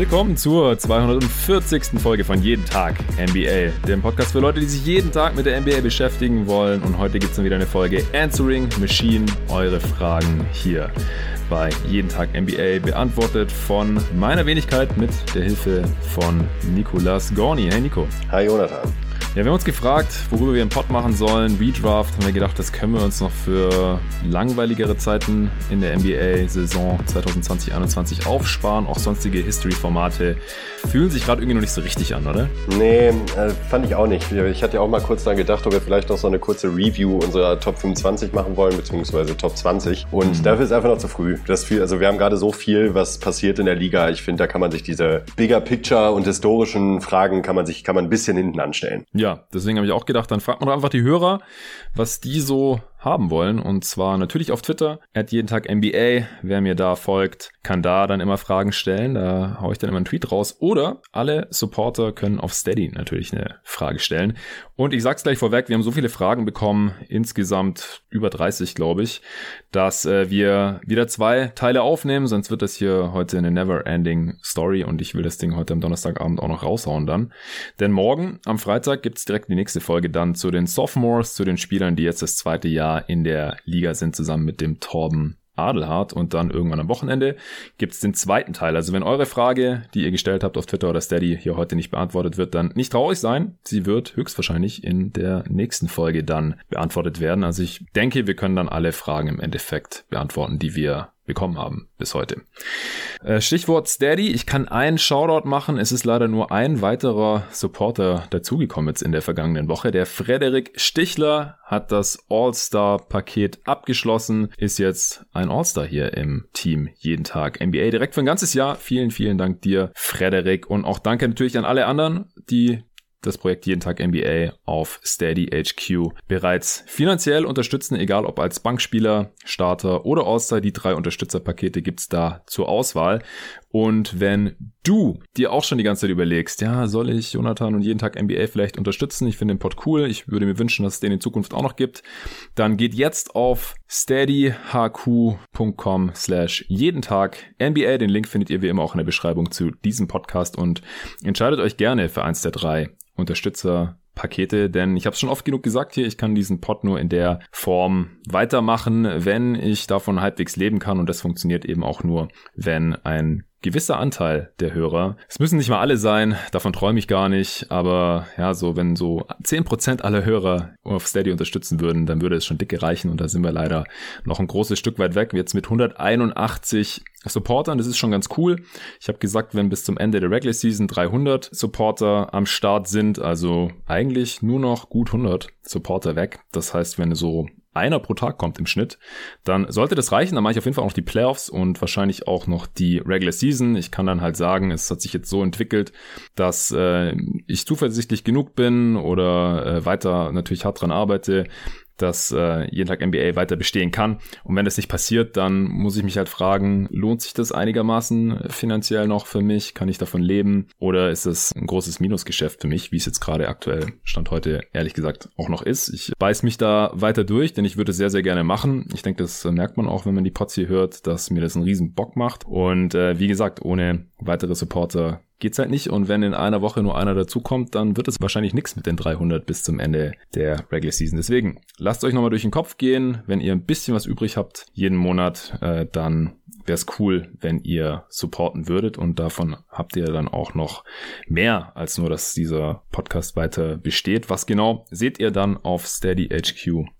Willkommen zur 240. Folge von Jeden Tag NBA, dem Podcast für Leute, die sich jeden Tag mit der NBA beschäftigen wollen. Und heute gibt es dann wieder eine Folge Answering Machine, eure Fragen hier bei Jeden Tag NBA, beantwortet von meiner Wenigkeit mit der Hilfe von Nicolas Gorni. Hey Nico. Hi Jonathan. Ja, wir haben uns gefragt, worüber wir einen Pod machen sollen. Redraft, haben wir gedacht, das können wir uns noch für langweiligere Zeiten in der NBA-Saison 2020-21 aufsparen. Auch sonstige History-Formate fühlen sich gerade irgendwie noch nicht so richtig an, oder? Nee, fand ich auch nicht. Ich hatte ja auch mal kurz daran gedacht, ob wir vielleicht noch so eine kurze Review unserer Top 25 machen wollen, beziehungsweise Top 20. Und dafür ist einfach noch zu früh. Also wir haben gerade so viel, was passiert in der Liga. Ich finde, da kann man sich diese Bigger Picture und historischen Fragen kann man ein bisschen hinten anstellen. Ja, deswegen habe ich auch gedacht, dann fragt man doch einfach die Hörer, was die so haben wollen. Und zwar natürlich auf Twitter, @jedentagNBA. Wer mir da folgt, kann da dann immer Fragen stellen. Da haue ich dann immer einen Tweet raus. Oder alle Supporter können auf Steady natürlich eine Frage stellen. Und ich sag's gleich vorweg, wir haben so viele Fragen bekommen, insgesamt über 30, glaube ich, dass wir wieder 2 Teile aufnehmen. Sonst wird das hier heute eine never-ending Story. Und ich will das Ding heute am Donnerstagabend auch noch raushauen dann. Denn morgen, am Freitag, gibt's direkt die nächste Folge dann zu den Sophomores, zu den Spielern, die jetzt das zweite Jahr in der Liga sind, zusammen mit dem Torben Adelhardt. Und dann irgendwann am Wochenende gibt's den zweiten Teil. Also wenn eure Frage, die ihr gestellt habt auf Twitter oder Steady, hier heute nicht beantwortet wird, dann nicht traurig sein. Sie wird höchstwahrscheinlich in der nächsten Folge dann beantwortet werden. Also ich denke, wir können dann alle Fragen im Endeffekt beantworten, die wir bekommen haben bis heute. Stichwort Steady. Ich kann einen Shoutout machen. Es ist leider nur ein weiterer Supporter dazugekommen jetzt in der vergangenen Woche. Der Frederik Stichler hat das All-Star-Paket abgeschlossen, ist jetzt ein All-Star hier im Team Jeden Tag NBA. Direkt für ein ganzes Jahr. Vielen, vielen Dank dir, Frederik. Und auch danke natürlich an alle anderen, die das Projekt Jeden Tag NBA auf Steady HQ bereits finanziell unterstützen, egal ob als Bankspieler, Starter oder All-Star. Die 3 Unterstützerpakete gibt's da zur Auswahl. Und wenn du dir auch schon die ganze Zeit überlegst, ja, soll ich Jonathan und Jeden Tag NBA vielleicht unterstützen? Ich finde den Pod cool. Ich würde mir wünschen, dass es den in Zukunft auch noch gibt. Dann geht jetzt auf steadyhq.com/jedentag-NBA. Den Link findet ihr wie immer auch in der Beschreibung zu diesem Podcast und entscheidet euch gerne für eins der 3 Unterstützerpakete, denn ich habe es schon oft genug gesagt hier, ich kann diesen Pod nur in der Form weitermachen, wenn ich davon halbwegs leben kann, und das funktioniert eben auch nur, wenn ein gewisser Anteil der Hörer, es müssen nicht mal alle sein, davon träume ich gar nicht, aber ja, so wenn so 10% aller Hörer auf Steady unterstützen würden, dann würde es schon dicke reichen, und da sind wir leider noch ein großes Stück weit weg. Jetzt mit 181 Supportern, das ist schon ganz cool. Ich habe gesagt, wenn bis zum Ende der Regular Season 300 Supporter am Start sind, also eigentlich nur noch gut 100 Supporter weg. Das heißt, wenn so einer pro Tag kommt im Schnitt, dann sollte das reichen. Dann mache ich auf jeden Fall auch noch die Playoffs und wahrscheinlich auch noch die Regular Season. Ich kann dann halt sagen, es hat sich jetzt so entwickelt, dass ich zuversichtlich genug bin oder weiter natürlich hart dran arbeite, dass Jeden Tag NBA weiter bestehen kann. Und wenn das nicht passiert, dann muss ich mich halt fragen, lohnt sich das einigermaßen finanziell noch für mich? Kann ich davon leben? Oder ist es ein großes Minusgeschäft für mich, wie es jetzt gerade aktuell Stand heute ehrlich gesagt auch noch ist? Ich beiß mich da weiter durch, denn ich würde es sehr, sehr gerne machen. Ich denke, das merkt man auch, wenn man die Pods hier hört, dass mir das einen riesen Bock macht. Und wie gesagt, ohne weitere Supporter geht's halt nicht, und wenn in einer Woche nur einer dazukommt, dann wird es wahrscheinlich nichts mit den 300 bis zum Ende der Regular Season. Deswegen lasst euch nochmal durch den Kopf gehen, wenn ihr ein bisschen was übrig habt jeden Monat, dann wäre es cool, wenn ihr supporten würdet, und davon habt ihr dann auch noch mehr als nur, dass dieser Podcast weiter besteht. Was genau, seht ihr dann auf steadyhq.com.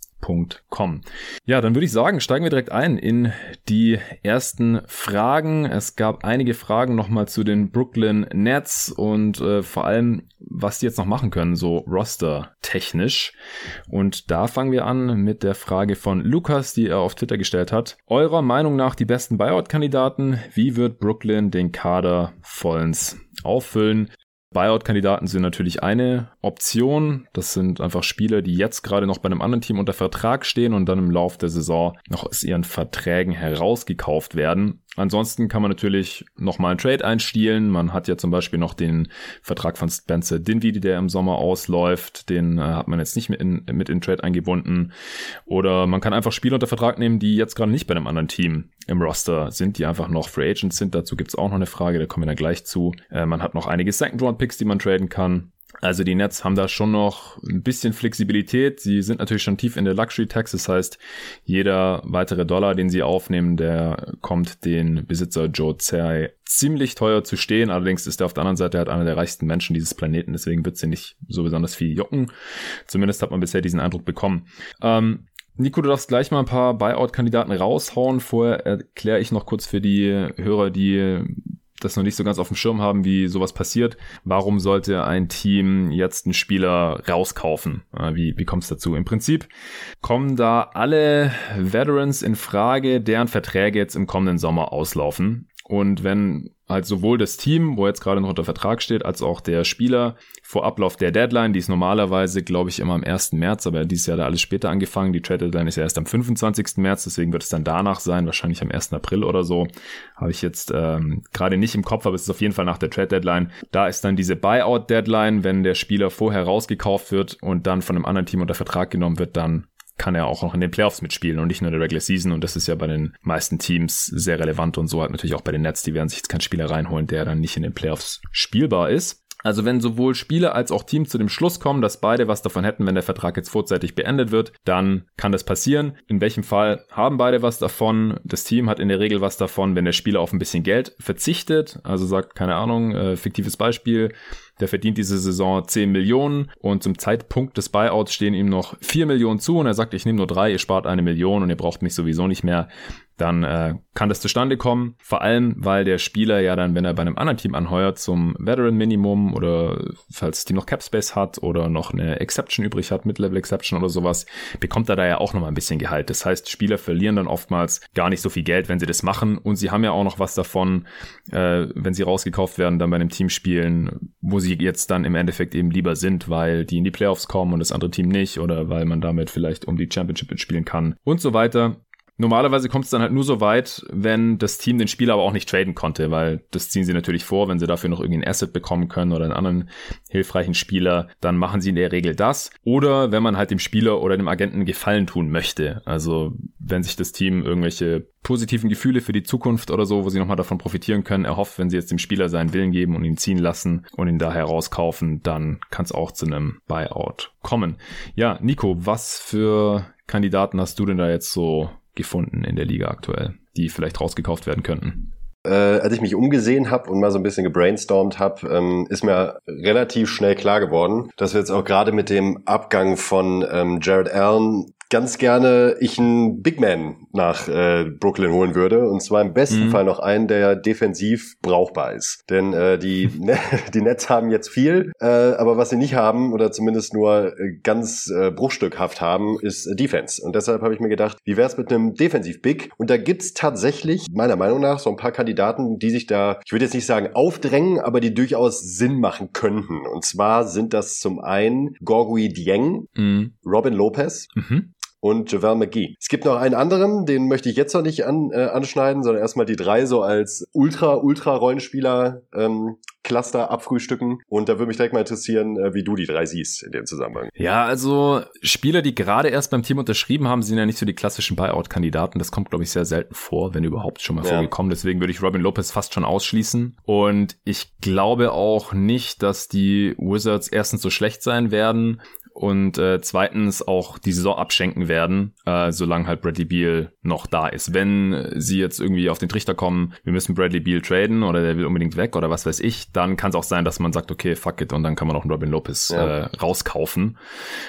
Ja, dann würde ich sagen, steigen wir direkt ein in die ersten Fragen. Es gab einige Fragen nochmal zu den Brooklyn Nets und vor allem, was die jetzt noch machen können, so roster-technisch. Und da fangen wir an mit der Frage von Lukas, die er auf Twitter gestellt hat. Eurer Meinung nach die besten Buyout-Kandidaten? Wie wird Brooklyn den Kader vollends auffüllen? Buyout-Kandidaten sind natürlich eine Option. Das sind einfach Spieler, die jetzt gerade noch bei einem anderen Team unter Vertrag stehen und dann im Lauf der Saison noch aus ihren Verträgen herausgekauft werden. Ansonsten kann man natürlich nochmal einen Trade einstielen. Man hat ja zum Beispiel noch den Vertrag von Spencer Dinwiddie, der im Sommer ausläuft. Den hat man jetzt nicht mit in Trade eingebunden. Oder man kann einfach Spieler unter Vertrag nehmen, die jetzt gerade nicht bei einem anderen Team im Roster sind, die einfach noch Free Agents sind. Dazu gibt's auch noch eine Frage, da kommen wir dann gleich zu. Man hat noch einige Second-Round-Picks, die man traden kann. Also die Nets haben da schon noch ein bisschen Flexibilität. Sie sind natürlich schon tief in der Luxury Tax. Das heißt, jeder weitere Dollar, den sie aufnehmen, der kommt den Besitzer Joe Tsai ziemlich teuer zu stehen. Allerdings ist er auf der anderen Seite halt einer der reichsten Menschen dieses Planeten. Deswegen wird sie nicht so besonders viel jucken. Zumindest hat man bisher diesen Eindruck bekommen. Nico, du darfst gleich mal ein paar Buyout-Kandidaten raushauen. Vorher erkläre ich noch kurz für die Hörer, die das noch nicht so ganz auf dem Schirm haben, wie sowas passiert. Warum sollte ein Team jetzt einen Spieler rauskaufen? Wie kommt es dazu? Im Prinzip kommen da alle Veterans in Frage, deren Verträge jetzt im kommenden Sommer auslaufen. Und wenn halt sowohl das Team, wo jetzt gerade noch unter Vertrag steht, als auch der Spieler vor Ablauf der Deadline, die ist normalerweise, glaube ich, immer am 1. März, aber dieses Jahr hat alles später angefangen. Die Trade Deadline ist ja erst am 25. März, deswegen wird es dann danach sein, wahrscheinlich am 1. April oder so. Habe ich jetzt gerade nicht im Kopf, aber es ist auf jeden Fall nach der Trade Deadline. Da ist dann diese Buyout Deadline, wenn der Spieler vorher rausgekauft wird und dann von einem anderen Team unter Vertrag genommen wird, dann kann er auch noch in den Playoffs mitspielen und nicht nur in der Regular Season. Und das ist ja bei den meisten Teams sehr relevant und so halt natürlich auch bei den Nets. Die werden sich jetzt keinen Spieler reinholen, der dann nicht in den Playoffs spielbar ist. Also wenn sowohl Spieler als auch Team zu dem Schluss kommen, dass beide was davon hätten, wenn der Vertrag jetzt vorzeitig beendet wird, dann kann das passieren. In welchem Fall haben beide was davon? Das Team hat in der Regel was davon, wenn der Spieler auf ein bisschen Geld verzichtet. Also sagt, keine Ahnung, fiktives Beispiel, der verdient diese Saison 10 Millionen und zum Zeitpunkt des Buyouts stehen ihm noch 4 Millionen zu und er sagt, ich nehme nur 3, ihr spart 1 Million und ihr braucht mich sowieso nicht mehr. Dann kann das zustande kommen, vor allem, weil der Spieler ja dann, wenn er bei einem anderen Team anheuert, zum Veteran-Minimum oder falls das Team noch Capspace hat oder noch eine Exception übrig hat, Mid-Level-Exception oder sowas, bekommt er da ja auch nochmal ein bisschen Gehalt. Das heißt, Spieler verlieren dann oftmals gar nicht so viel Geld, wenn sie das machen und sie haben ja auch noch was davon, wenn sie rausgekauft werden, dann bei einem Team spielen, wo sie jetzt dann im Endeffekt eben lieber sind, weil die in die Playoffs kommen und das andere Team nicht oder weil man damit vielleicht um die Championship mitspielen kann und so weiter. Normalerweise kommt es dann halt nur so weit, wenn das Team den Spieler aber auch nicht traden konnte, weil das ziehen sie natürlich vor, wenn sie dafür noch irgendwie ein Asset bekommen können oder einen anderen hilfreichen Spieler, dann machen sie in der Regel das. Oder wenn man halt dem Spieler oder dem Agenten Gefallen tun möchte, also wenn sich das Team irgendwelche positiven Gefühle für die Zukunft oder so, wo sie nochmal davon profitieren können, erhofft, wenn sie jetzt dem Spieler seinen Willen geben und ihn ziehen lassen und ihn daher rauskaufen, dann kann es auch zu einem Buyout kommen. Ja, Nico, was für Kandidaten hast du denn da jetzt so gefunden in der Liga aktuell, die vielleicht rausgekauft werden könnten? Als ich mich umgesehen habe und mal so ein bisschen gebrainstormt habe, ist mir relativ schnell klar geworden, dass wir jetzt auch gerade mit dem Abgang von Jared Allen ganz gerne ich einen Big Man nach Brooklyn holen würde. Und zwar im besten Fall noch einen, der defensiv brauchbar ist. Denn die Nets haben jetzt viel, aber was sie nicht haben, oder zumindest nur ganz bruchstückhaft haben, ist Defense. Und deshalb habe ich mir gedacht, wie wär's mit einem Defensiv-Big? Und da gibt's tatsächlich, meiner Meinung nach, so ein paar Kandidaten, die sich da, ich würde jetzt nicht sagen aufdrängen, aber die durchaus Sinn machen könnten. Und zwar sind das zum einen Gorgui Dieng, Robin Lopez, und JaVale McGee. Es gibt noch einen anderen, den möchte ich jetzt noch nicht anschneiden, sondern erstmal die 3 so als Ultra-Rollenspieler Cluster abfrühstücken. Und da würde mich direkt mal interessieren, wie du die 3 siehst in dem Zusammenhang. Ja, also Spieler, die gerade erst beim Team unterschrieben haben, sind ja nicht so die klassischen Buyout-Kandidaten. Das kommt, glaube ich, sehr selten vor, wenn überhaupt schon mal vorgekommen. Deswegen würde ich Robin Lopez fast schon ausschließen. Und ich glaube auch nicht, dass die Wizards erstens so schlecht sein werden und zweitens auch die Saison abschenken werden, solange halt Bradley Beal noch da ist. Wenn sie jetzt irgendwie auf den Trichter kommen, wir müssen Bradley Beal traden oder der will unbedingt weg oder was weiß ich, dann kann es auch sein, dass man sagt, okay, fuck it, und dann kann man auch einen Robin Lopez rauskaufen.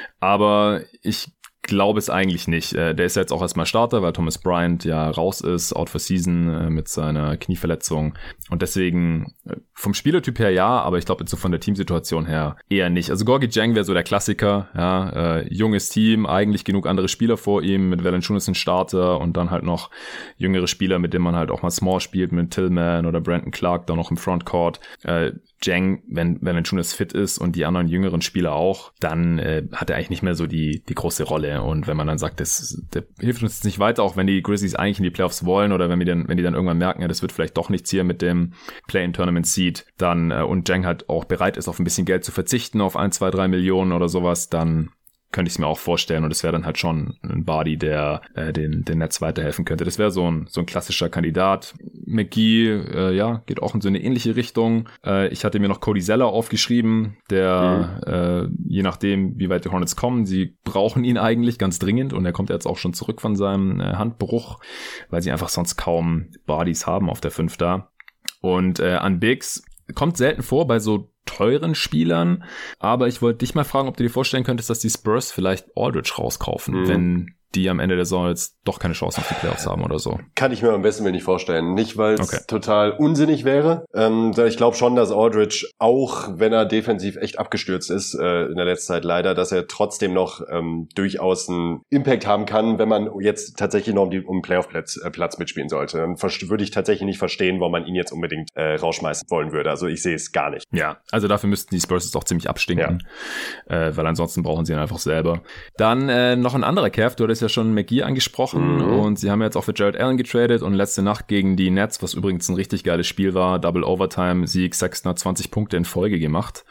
Aber ich glaube es eigentlich nicht. Der ist ja jetzt auch erstmal Starter, weil Thomas Bryant ja raus ist, out for season mit seiner Knieverletzung. Und deswegen vom Spielertyp her ja, aber ich glaube jetzt so von der Teamsituation her eher nicht. Also Gorgui Dieng wäre so der Klassiker, ja, junges Team, eigentlich genug andere Spieler vor ihm, mit Valanciunas ein Starter und dann halt noch jüngere Spieler, mit denen man halt auch mal Small spielt, mit Tillman oder Brandon Clark, da noch im Frontcourt. Dieng, wenn Valanciunas fit ist und die anderen jüngeren Spieler auch, dann hat er eigentlich nicht mehr so die große Rolle. Und wenn man dann sagt, der hilft uns nicht weiter, auch wenn die Grizzlies eigentlich in die Playoffs wollen oder wenn die dann irgendwann merken, ja, das wird vielleicht doch nichts hier mit dem Play-in-Tournament-Seed, dann und Dieng halt auch bereit ist, auf ein bisschen Geld zu verzichten, auf 1, 2, 3 Millionen oder sowas, dann könnte ich es mir auch vorstellen und es wäre dann halt schon ein Body, der den Nets weiterhelfen könnte. Das wäre so ein klassischer Kandidat. McGee, geht auch in so eine ähnliche Richtung. Ich hatte mir noch Cody Zeller aufgeschrieben, der je nachdem, wie weit die Hornets kommen, sie brauchen ihn eigentlich ganz dringend und er kommt jetzt auch schon zurück von seinem Handbruch, weil sie einfach sonst kaum Bodies haben auf der 5 da. Und an Bigs kommt selten vor bei so teuren Spielern, aber ich wollte dich mal fragen, ob du dir vorstellen könntest, dass die Spurs vielleicht Aldridge rauskaufen, wenn die am Ende der Saison jetzt doch keine Chance auf die Playoffs haben oder so. Kann ich mir am besten nicht vorstellen. Nicht, weil es total unsinnig wäre. Ich glaube schon, dass Aldridge, auch wenn er defensiv echt abgestürzt ist in der letzten Zeit leider, dass er trotzdem noch durchaus einen Impact haben kann, wenn man jetzt tatsächlich noch um Playoff-Platz mitspielen sollte. Dann würde ich tatsächlich nicht verstehen, warum man ihn jetzt unbedingt rausschmeißen wollen würde. Also ich sehe es gar nicht. Ja, also dafür müssten die Spurs jetzt auch ziemlich abstinken, weil ansonsten brauchen sie ihn einfach selber. Dann noch ein anderer Cavs, du hattest ja schon McGee angesprochen und sie haben jetzt auch für Jared Allen getradet und letzte Nacht gegen die Nets, was übrigens ein richtig geiles Spiel war, Double Overtime Sieg, Sexton hat 20 Punkte in Folge gemacht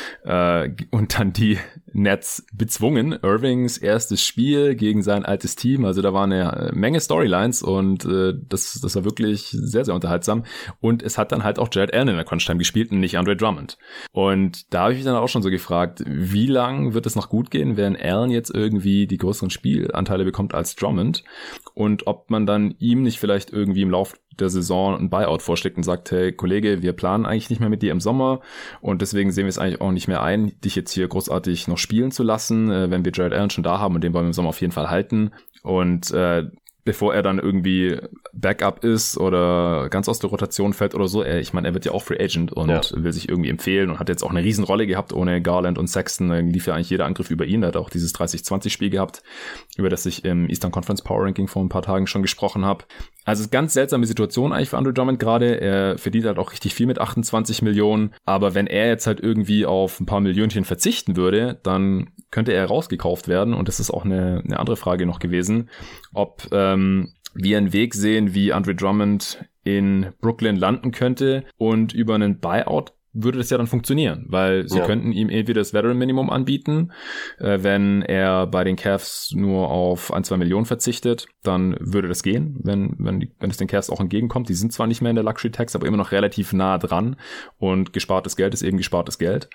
und dann die Nets bezwungen, Irvings erstes Spiel gegen sein altes Team, also da war eine Menge Storylines und das war wirklich sehr, sehr unterhaltsam und es hat dann halt auch Jared Allen in der Crunch-Time gespielt und nicht Andre Drummond und da habe ich mich dann auch schon so gefragt, wie lang wird es noch gut gehen, wenn Allen jetzt irgendwie die größeren Spielanteile bekommt als Drummond und ob man dann ihm nicht vielleicht irgendwie im Laufe der Saison ein Buyout vorschlägt und sagt, hey Kollege, wir planen eigentlich nicht mehr mit dir im Sommer und deswegen sehen wir es eigentlich auch nicht mehr ein, dich jetzt hier großartig noch spielen zu lassen, wenn wir Jared Allen schon da haben und den wollen wir im Sommer auf jeden Fall halten und bevor er dann irgendwie Backup ist oder ganz aus der Rotation fällt oder so. Ich meine, er wird ja auch Free Agent und will sich irgendwie empfehlen und hat jetzt auch eine Riesenrolle gehabt ohne Garland und Sexton. Da lief ja eigentlich jeder Angriff über ihn. Er hat auch dieses 30-20-Spiel gehabt, über das ich im Eastern Conference Power Ranking vor ein paar Tagen schon gesprochen habe. Also es ist eine ganz seltsame Situation eigentlich für Andre Drummond gerade. Er verdient halt auch richtig viel mit 28 Millionen. Aber wenn er jetzt halt irgendwie auf ein paar Millionchen verzichten würde, dann könnte er rausgekauft werden. Und das ist auch eine andere Frage noch gewesen, ob wir einen Weg sehen, wie Andre Drummond in Brooklyn landen könnte und über einen Buyout würde das ja dann funktionieren, weil sie könnten ihm entweder das Veteran-Minimum anbieten, wenn er bei den Cavs nur auf 1-2 Millionen verzichtet, dann würde das gehen, wenn es den Cavs auch entgegenkommt. Die sind zwar nicht mehr in der Luxury-Tax, aber immer noch relativ nah dran und gespartes Geld ist eben gespartes Geld.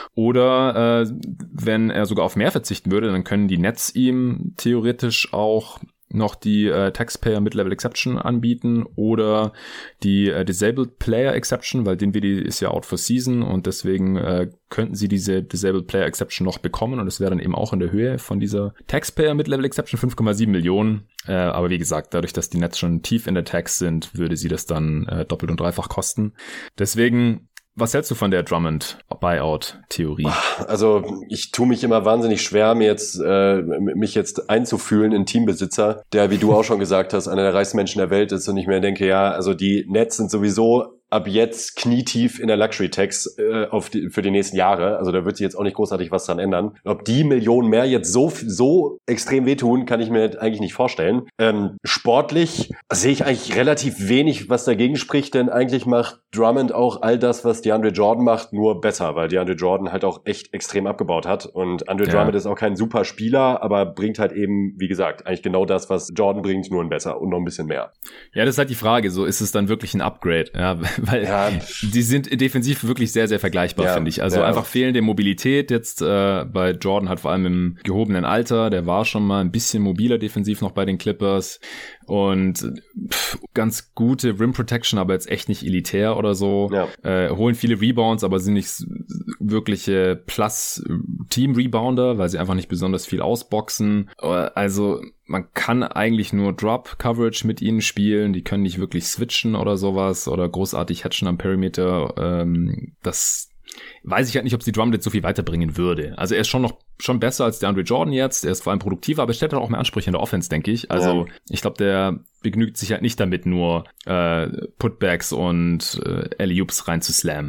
Oder wenn er sogar auf mehr verzichten würde, dann können die Nets ihm theoretisch auch noch die Taxpayer Mid-Level Exception anbieten oder die Disabled Player Exception, weil Dinwiddie ist ja out for season und deswegen könnten sie diese Disabled Player Exception noch bekommen und es wäre dann eben auch in der Höhe von dieser Taxpayer Mid-Level Exception 5,7 Millionen. Aber wie gesagt, dadurch, dass die Nets schon tief in der Tax sind, würde sie das dann doppelt und dreifach kosten. Deswegen, was hältst du von der Drummond-Buyout-Theorie? Also ich tue mich immer wahnsinnig schwer, mich jetzt einzufühlen in Teambesitzer, der, wie du auch schon gesagt hast, einer der reichsten Menschen der Welt ist und ich mir denke, ja, also die Nets sind sowieso ab jetzt knietief in der Luxury-Tax für die nächsten Jahre. Also da wird sich jetzt auch nicht großartig was dran ändern. Ob die Millionen mehr jetzt so extrem wehtun, kann ich mir eigentlich nicht vorstellen. Sportlich sehe ich eigentlich relativ wenig, was dagegen spricht, denn eigentlich macht Drummond auch all das, was DeAndre Jordan macht, nur besser, weil DeAndre Jordan halt auch echt extrem abgebaut hat. Und Andre Drummond ist auch kein super Spieler, aber bringt halt eben, wie gesagt, eigentlich genau das, was Jordan bringt, nur ein besser und noch ein bisschen mehr. Ja, das ist halt die Frage. So, ist es dann wirklich ein Upgrade? Ja, weil die sind defensiv wirklich sehr, sehr vergleichbar, finde ich. Also einfach fehlende Mobilität jetzt bei Jordan hat vor allem im gehobenen Alter, der war schon mal ein bisschen mobiler defensiv noch bei den Clippers und ganz gute Rim Protection, aber jetzt echt nicht elitär oder so. Holen viele Rebounds, aber sind nicht wirkliche Plus-Team-Rebounder, weil sie einfach nicht besonders viel ausboxen. Also man kann eigentlich nur Drop-Coverage mit ihnen spielen. Die können nicht wirklich switchen oder sowas oder großartig hatchen am Perimeter. Das weiß ich halt nicht, ob sie Drummond jetzt so viel weiterbringen würde. Also er ist schon besser als der Andre Jordan jetzt. Er ist vor allem produktiver, aber er stellt halt auch mehr Ansprüche in der Offense, denke ich. Also ich glaube, der begnügt sich halt nicht damit, nur Putbacks und Alley-Oops reinzuslammen.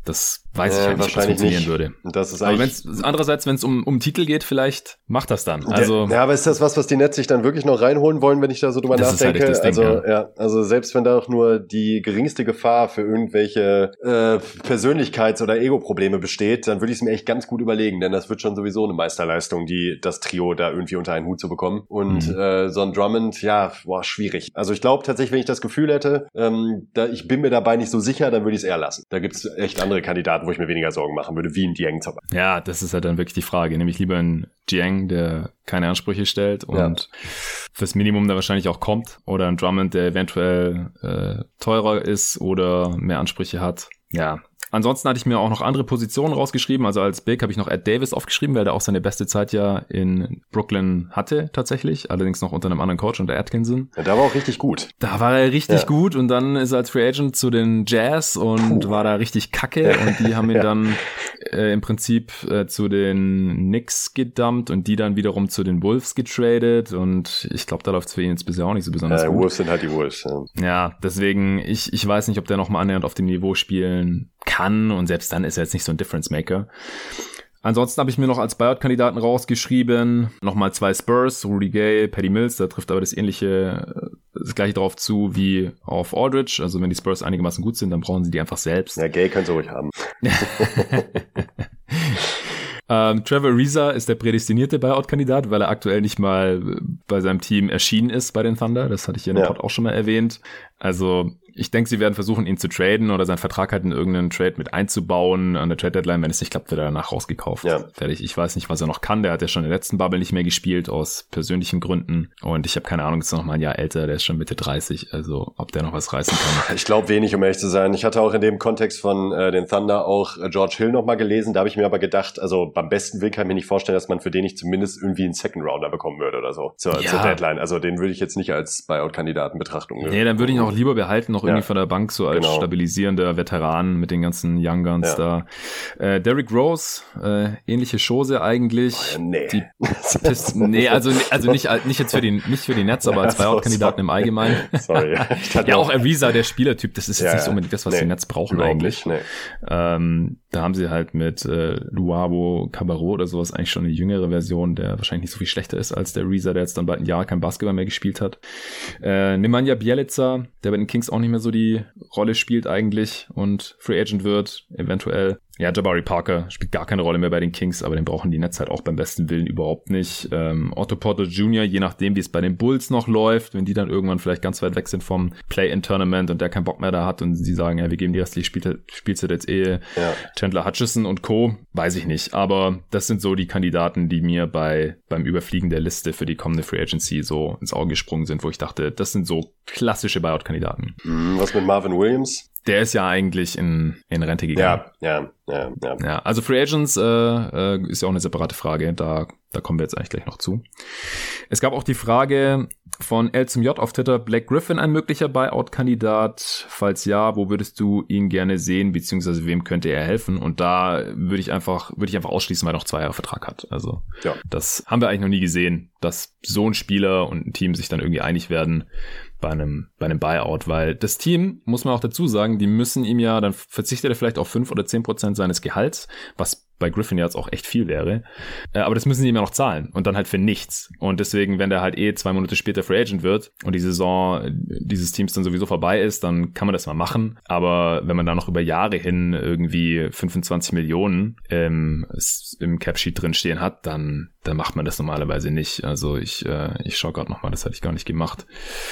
Das weiß ich halt nicht, ob das funktionieren würde. Das ist aber andererseits, wenn es um Titel geht, vielleicht macht das dann. Also ja, aber ist das was die Nets sich dann wirklich noch reinholen wollen, wenn ich da so drüber nachdenke? Halt das Ding, also selbst wenn da auch nur die geringste Gefahr für irgendwelche Persönlichkeits- oder Ego-Probleme besteht, dann würde ich es mir echt ganz gut überlegen, denn das wird schon sowieso eine Meisterleistung, das Trio da irgendwie unter einen Hut zu bekommen. Und so ein Drummond, schwierig. Also ich glaube tatsächlich, wenn ich das Gefühl hätte, ich bin mir dabei nicht so sicher, dann würde ich es eher lassen. Da gibt's echt andere Kandidaten, wo ich mir weniger Sorgen machen würde, wie ein Dieng zum Beispiel. Ja, das ist halt dann wirklich die Frage. Nämlich lieber ein Dieng, der keine Ansprüche stellt und fürs Minimum da wahrscheinlich auch kommt. Oder ein Drummond, der eventuell teurer ist oder mehr Ansprüche hat. Ja. Ansonsten hatte ich mir auch noch andere Positionen rausgeschrieben. Also als Big habe ich noch Ed Davis aufgeschrieben, weil der auch seine beste Zeit ja in Brooklyn hatte tatsächlich. Allerdings noch unter einem anderen Coach, unter Atkinson. Ja, da war auch richtig gut. Da war er richtig gut und dann ist er als Free Agent zu den Jazz und war da richtig kacke. Und die haben ihn dann im Prinzip zu den Knicks gedumpt und die dann wiederum zu den Wolves getradet. Und ich glaube, da läuft es für ihn jetzt bisher auch nicht so besonders gut. Wolves sind halt die Wolves. Ja, deswegen, ich weiß nicht, ob der noch mal annähernd auf dem Niveau spielen kann und selbst dann ist er jetzt nicht so ein Difference Maker. Ansonsten habe ich mir noch als Buyout-Kandidaten rausgeschrieben, nochmal 2 Spurs, Rudy Gay, Patty Mills, da trifft aber das Gleiche drauf zu wie auf Aldridge, also wenn die Spurs einigermaßen gut sind, dann brauchen sie die einfach selbst. Ja, Gay können sie ruhig haben. Trevor Ariza ist der prädestinierte Buyout-Kandidat, weil er aktuell nicht mal bei seinem Team erschienen ist bei den Thunder, das hatte ich hier in dem Pod auch schon mal erwähnt. Also ich denke, sie werden versuchen, ihn zu traden oder seinen Vertrag halt in irgendeinen Trade mit einzubauen an der Trade-Deadline. Wenn es nicht klappt, wird er danach rausgekauft. Ja. Fertig. Ich weiß nicht, was er noch kann. Der hat ja schon in der letzten Bubble nicht mehr gespielt, aus persönlichen Gründen. Und ich habe keine Ahnung, ist noch mal ein Jahr älter. Der ist schon Mitte 30. Also, ob der noch was reißen kann. Ich glaube wenig, um ehrlich zu sein. Ich hatte auch in dem Kontext von den Thunder auch George Hill noch mal gelesen. Da habe ich mir aber gedacht, also beim besten Willen kann ich mir nicht vorstellen, dass man für den nicht zumindest irgendwie einen Second-Rounder bekommen würde oder so zur Deadline. Also den würde ich jetzt nicht als Buyout-Kandidaten betrachten. Nee, dann würde ich ihn auch lieber behalten, noch irgendwie von der Bank so als stabilisierender Veteran mit den ganzen Young Guns da. Derrick Rose, ähnliche Chose eigentlich. Nee. Also nicht jetzt für die Nets, aber als Buyout-Kandidaten im Allgemeinen. Sorry. Ja, auch Ariza, der Spielertyp, das ist jetzt nicht unbedingt das, was die Nets brauchen eigentlich. Nee. Da haben sie halt mit Luavo Cabarro oder sowas eigentlich schon eine jüngere Version, der wahrscheinlich nicht so viel schlechter ist als der Ariza, der jetzt dann bald ein Jahr kein Basketball mehr gespielt hat. Nemanja Bjelica, der bei den Kings auch nicht mehr so die Rolle spielt eigentlich und Free Agent wird, eventuell. Ja, Jabari Parker spielt gar keine Rolle mehr bei den Kings, aber den brauchen die Nets halt auch beim besten Willen überhaupt nicht. Otto Porter Jr., je nachdem, wie es bei den Bulls noch läuft, wenn die dann irgendwann vielleicht ganz weit weg sind vom Play-in-Tournament und der keinen Bock mehr da hat und sie sagen, ja, wir geben die restliche Spielzeit jetzt Chandler Hutchison und Co., weiß ich nicht. Aber das sind so die Kandidaten, die mir beim Überfliegen der Liste für die kommende Free Agency so ins Auge gesprungen sind, wo ich dachte, das sind so klassische Buyout-Kandidaten. Was mit Marvin Williams? Der ist ja eigentlich in Rente gegangen. Ja. Also Free Agents ist ja auch eine separate Frage. Da kommen wir jetzt eigentlich gleich noch zu. Es gab auch die Frage von L zum J auf Twitter, Blake Griffin ein möglicher Buyout-Kandidat? Falls ja, wo würdest du ihn gerne sehen, beziehungsweise wem könnte er helfen? Und da würde ich einfach ausschließen, weil er noch 2 Jahre Vertrag hat. Also das haben wir eigentlich noch nie gesehen, dass so ein Spieler und ein Team sich dann irgendwie einig werden bei einem Buyout, weil das Team, muss man auch dazu sagen, die müssen ihm ja, dann verzichtet er vielleicht auf 5 oder 10% seines Gehalts, was bei Griffin ja jetzt auch echt viel wäre. Aber das müssen sie ihm ja noch zahlen und dann halt für nichts. Und deswegen, wenn der halt 2 Monate später Free Agent wird und die Saison dieses Teams dann sowieso vorbei ist, dann kann man das mal machen. Aber wenn man da noch über Jahre hin irgendwie 25 Millionen im Capsheet drin stehen hat, dann macht man das normalerweise nicht. Also ich schaue gerade nochmal, das hatte ich gar nicht gemacht,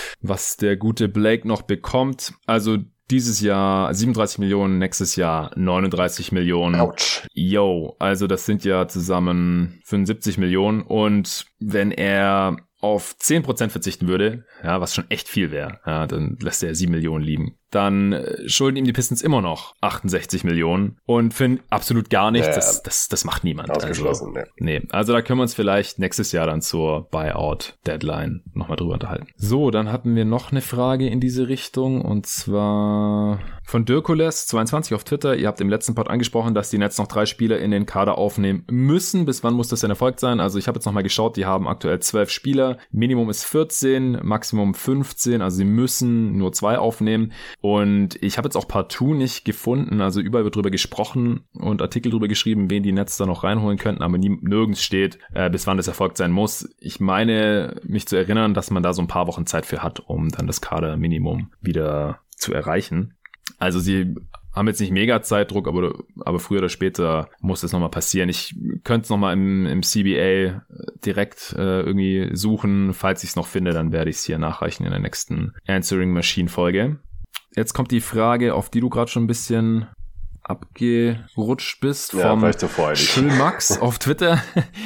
was der gute Blake noch bekommt. Also dieses Jahr 37 Millionen, nächstes Jahr 39 Millionen. Autsch. Yo, also das sind ja zusammen 75 Millionen. Und wenn er auf 10% verzichten würde, ja, was schon echt viel wäre, ja, dann lässt er 7 Millionen liegen. Dann schulden ihm die Pistons immer noch 68 Millionen und für absolut gar nichts, das macht niemand. Ausgeschlossen, Also da können wir uns vielleicht nächstes Jahr dann zur Buyout-Deadline nochmal drüber unterhalten. So, dann hatten wir noch eine Frage in diese Richtung und zwar von Dirkules22 auf Twitter. Ihr habt im letzten Pod angesprochen, dass die Nets noch 3 Spieler in den Kader aufnehmen müssen. Bis wann muss das denn erfolgt sein? Also ich habe jetzt nochmal geschaut, die haben aktuell 12 Spieler. Minimum ist 14, Maximum 15, also sie müssen nur 2 aufnehmen. Und ich habe jetzt auch partout nicht gefunden, also überall wird drüber gesprochen und Artikel drüber geschrieben, wen die Nets da noch reinholen könnten, aber nirgends steht, bis wann das erfolgt sein muss. Ich meine, mich zu erinnern, dass man da so ein paar Wochen Zeit für hat, um dann das Kaderminimum wieder zu erreichen. Also sie haben jetzt nicht mega Zeitdruck, aber früher oder später muss das nochmal passieren. Ich könnte es nochmal im CBA direkt irgendwie suchen. Falls ich es noch finde, dann werde ich es hier nachreichen in der nächsten Answering Machine Folge. Jetzt kommt die Frage, auf die du gerade schon ein bisschen abgerutscht bist, vom Schulmax auf Twitter.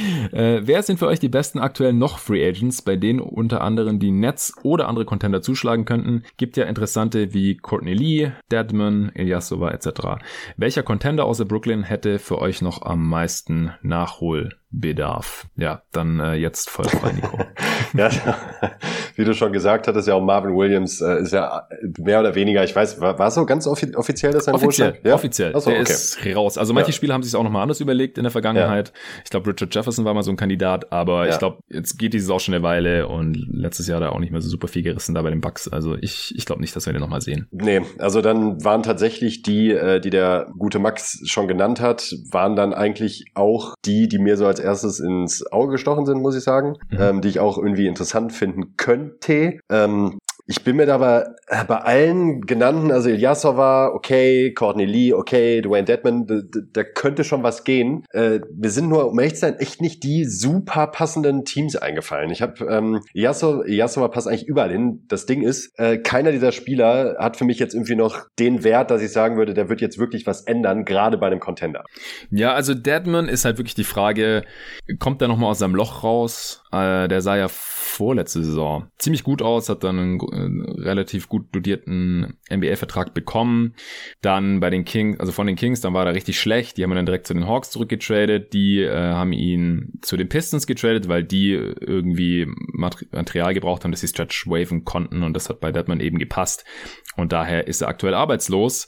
Wer sind für euch die besten aktuell noch Free Agents, bei denen unter anderem die Nets oder andere Contender zuschlagen könnten? Gibt ja interessante wie Courtney Lee, Dedmon, Ilyasova etc. Welcher Contender außer Brooklyn hätte für euch noch am meisten Nachholbedarf? Ja, dann jetzt voll frei, Nico. Ja, wie du schon gesagt hattest, ja auch Marvin Williams ist ja mehr oder weniger, ich weiß, war es so ganz offiziell, dass er offiziell, ja? Offiziell. Achso, der okay. ist raus. Also manche Spieler haben sich auch nochmal anders überlegt in der Vergangenheit. Ja. Ich glaube, Richard Jefferson war mal so ein Kandidat, aber ich glaube, jetzt geht dieses auch schon eine Weile und letztes Jahr hat er auch nicht mehr so super viel gerissen da bei den Bucks. Also ich glaube nicht, dass wir den nochmal sehen. Nee, also dann waren tatsächlich die der gute Max schon genannt hat, waren dann eigentlich auch die mir so als erstes ins Auge gestochen sind, muss ich sagen, die ich auch irgendwie interessant finden könnte. Ich bin mir da aber bei allen genannten, also Ilyasova, okay, Courtney Lee, okay, Dwayne Dedmon, da könnte schon was gehen. Wir sind nur, um ehrlich zu sein, echt nicht die super passenden Teams eingefallen. Ich habe Ilyasova passt eigentlich überall hin. Das Ding ist, keiner dieser Spieler hat für mich jetzt irgendwie noch den Wert, dass ich sagen würde, der wird jetzt wirklich was ändern, gerade bei einem Contender. Ja, also Dedmon ist halt wirklich die Frage, kommt der nochmal aus seinem Loch raus? Der sah ja vorletzte Saison ziemlich gut aus, hat dann einen relativ gut dotierten NBA-Vertrag bekommen. Dann bei den Kings, also von den Kings, dann war er richtig schlecht. Die haben ihn dann direkt zu den Hawks zurückgetradet. Die haben ihn zu den Pistons getradet, weil die irgendwie Material gebraucht haben, dass sie Stretch waven konnten und das hat bei Dedmon eben gepasst. Und daher ist er aktuell arbeitslos.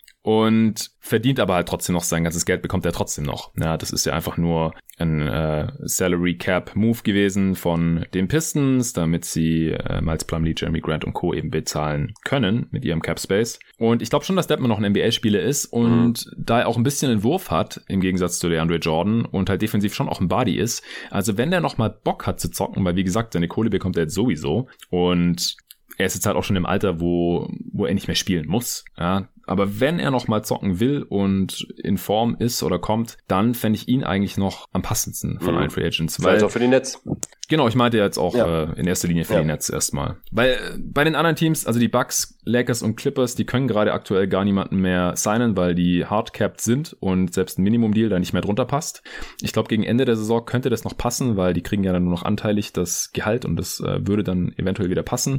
Und verdient aber halt trotzdem noch sein ganzes Geld, bekommt er trotzdem noch. Ja, das ist ja einfach nur ein Salary Cap Move gewesen von den Pistons, damit sie Miles Plumlee, Jeremy Grant und Co. eben bezahlen können mit ihrem Cap Space. Und ich glaube schon, dass Dedmon noch ein NBA-Spieler ist und da er auch ein bisschen einen Wurf hat, im Gegensatz zu DeAndre Jordan und halt defensiv schon auch ein Body ist. Also wenn der noch mal Bock hat zu zocken, weil wie gesagt, seine Kohle bekommt er jetzt sowieso und er ist jetzt halt auch schon im Alter, wo er nicht mehr spielen muss, ja. Aber wenn er noch mal zocken will und in Form ist oder kommt, dann fände ich ihn eigentlich noch am passendsten von allen Free Agents. Vielleicht auch für die Nets. Genau, ich meinte jetzt auch in erster Linie für die Nets erstmal. Weil bei den anderen Teams, also die Bucks, Lakers und Clippers, die können gerade aktuell gar niemanden mehr signen, weil die hardcapped sind und selbst ein Minimum-Deal da nicht mehr drunter passt. Ich glaube, gegen Ende der Saison könnte das noch passen, weil die kriegen ja dann nur noch anteilig das Gehalt und das würde dann eventuell wieder passen.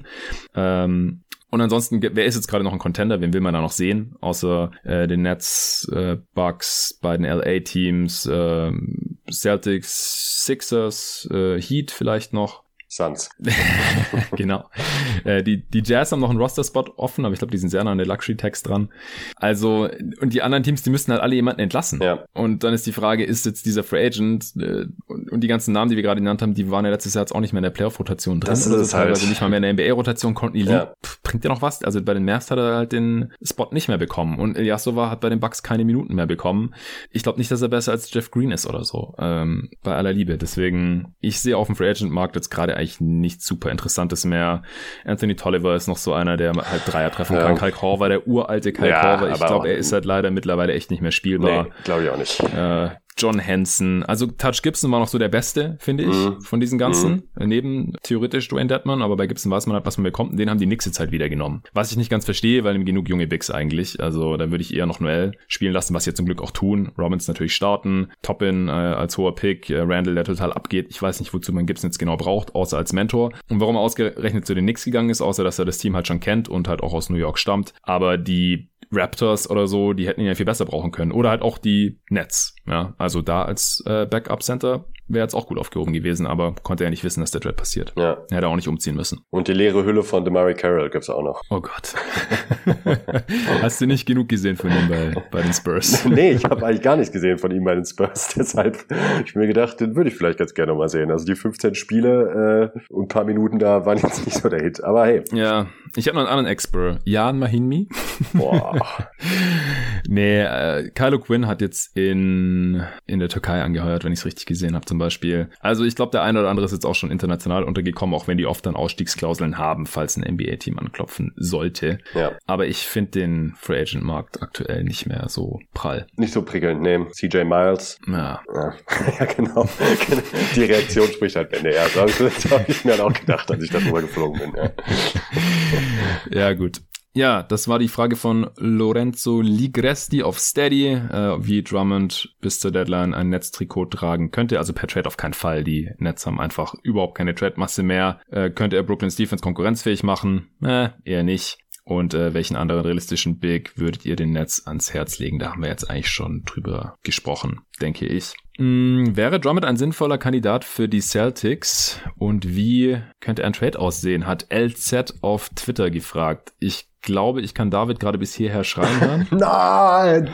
Und ansonsten, wer ist jetzt gerade noch ein Contender? Wen will man da noch sehen? Außer den Nets, Bucks, beiden LA-Teams, Celtics, Sixers, Heat vielleicht noch. Suns. Genau. Die Jazz haben noch einen Roster-Spot offen, aber ich glaube, die sind sehr nah an der Luxury-Tax dran. Also, und die anderen Teams, die müssten halt alle jemanden entlassen. Ja. Und dann ist die Frage, ist jetzt dieser Free Agent und die ganzen Namen, die wir gerade genannt haben, die waren ja letztes Jahr jetzt auch nicht mehr in der Playoff-Rotation drin. Das ist es halt. Also nicht mal mehr in der NBA-Rotation, Courtney Lee bringt ja noch was. Also bei den Mavs hat er halt den Spot nicht mehr bekommen und Ilyasova hat bei den Bucks keine Minuten mehr bekommen. Ich glaube nicht, dass er besser als Jeff Green ist oder so, bei aller Liebe. Deswegen, ich sehe auf dem Free Agent-Markt jetzt gerade eigentlich nichts super Interessantes mehr. Anthony Tolliver ist noch so einer, der halt Dreier treffen kann. Kyle Korver, der uralte Kyle Korver. Ich glaube, er ist halt leider mittlerweile echt nicht mehr spielbar. Nee, glaube ich auch nicht. John Henson. Also Touch Gibson war noch so der Beste, finde ich, von diesen ganzen. Neben theoretisch Dwayne Dedmon, aber bei Gibson weiß man halt, was man bekommt. Und den haben die Knicks jetzt halt wieder genommen. Was ich nicht ganz verstehe, weil ihm genug junge Bigs eigentlich. Also da würde ich eher noch Noel spielen lassen, was sie jetzt zum Glück auch tun. Robbins natürlich starten. Toppin als hoher Pick. Randall, der total abgeht. Ich weiß nicht, wozu man Gibson jetzt genau braucht, außer als Mentor. Und warum er ausgerechnet zu den Knicks gegangen ist, außer dass er das Team halt schon kennt und halt auch aus New York stammt. Aber die Raptors oder so, die hätten ihn ja viel besser brauchen können. Oder halt auch die Nets, ja. Also da als Backup-Center wäre jetzt auch gut aufgehoben gewesen, aber konnte ja nicht wissen, dass der Trade passiert. Ja. Er hätte auch nicht umziehen müssen. Und die leere Hülle von DeMarie Carroll gibt's auch noch. Oh Gott. Hast du nicht genug gesehen von ihm bei den Spurs? Nee, ich habe eigentlich gar nichts gesehen von ihm bei den Spurs. Deshalb habe ich mir gedacht, den würde ich vielleicht ganz gerne mal sehen. Also die 15 Spiele und ein paar Minuten da waren jetzt nicht so der Hit. Aber hey. Ja, ich habe noch einen anderen Ex-Spur. Jan Mahinmi. Boah. Nee, Kylo Quinn hat jetzt in der Türkei angeheuert, wenn ich es richtig gesehen habe zum Beispiel. Also ich glaube, der eine oder andere ist jetzt auch schon international untergekommen, auch wenn die oft dann Ausstiegsklauseln haben, falls ein NBA-Team anklopfen sollte. Ja. Aber ich finde den Free Agent-Markt aktuell nicht mehr so prall. Nicht so prickelnd, nee. CJ Miles. Ja. Ja, genau. Die Reaktion spricht halt Bände. Ja, das habe ich mir dann auch gedacht, als ich darüber geflogen bin. Ja. Ja, gut. Ja, das war die Frage von Lorenzo Ligresti auf Steady, wie Drummond bis zur Deadline ein Nets-Trikot tragen könnte. Also per Trade auf keinen Fall. Die Nets haben einfach überhaupt keine Trade-Masse mehr. Könnte er Brooklyn's Defense konkurrenzfähig machen? Eher nicht. Und welchen anderen realistischen Big würdet ihr den Nets ans Herz legen? Da haben wir jetzt eigentlich schon drüber gesprochen, denke ich. Wäre Drummond ein sinnvoller Kandidat für die Celtics? Und wie könnte ein Trade aussehen? Hat LZ auf Twitter gefragt. Ich glaube, ich kann David gerade bis hierher schreien hören. Nein!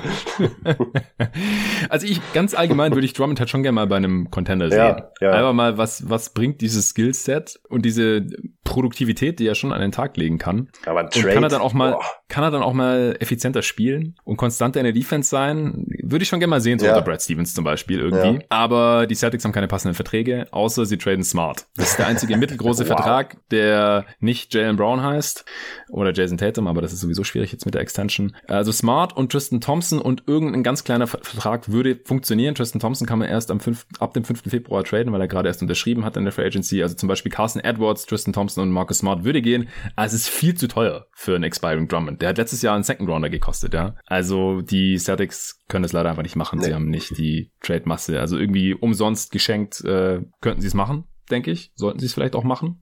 Also ganz allgemein würde ich Drummond halt schon gerne mal bei einem Contender sehen. Ja. Einfach mal, was bringt dieses Skillset und diese Produktivität, die er schon an den Tag legen kann. Aber ein Trade, und kann er dann auch mal effizienter spielen und konstanter in der Defense sein? Würde ich schon gerne mal sehen, so unter Brad Stevens zum Beispiel irgendwie. Ja. Aber die Celtics haben keine passenden Verträge, außer sie traden Smart. Das ist der einzige mittelgroße Vertrag, der nicht Jaylen Brown heißt oder Jason Tatum, aber das ist sowieso schwierig jetzt mit der Extension. Also Smart und Tristan Thompson und irgendein ganz kleiner Vertrag würde funktionieren. Tristan Thompson kann man erst ab dem 5. Februar traden, weil er gerade erst unterschrieben hat in der Free Agency. Also zum Beispiel Carson Edwards, Tristan Thompson und Marcus Smart würde gehen. Also es ist viel zu teuer für einen Expiring Drummond. Der hat letztes Jahr einen Second Rounder gekostet, ja. Also die Celtics können das leider einfach nicht machen. Nee. Sie haben nicht die Trade-Masse. Also irgendwie umsonst geschenkt könnten sie es machen, denke ich. Sollten sie es vielleicht auch machen.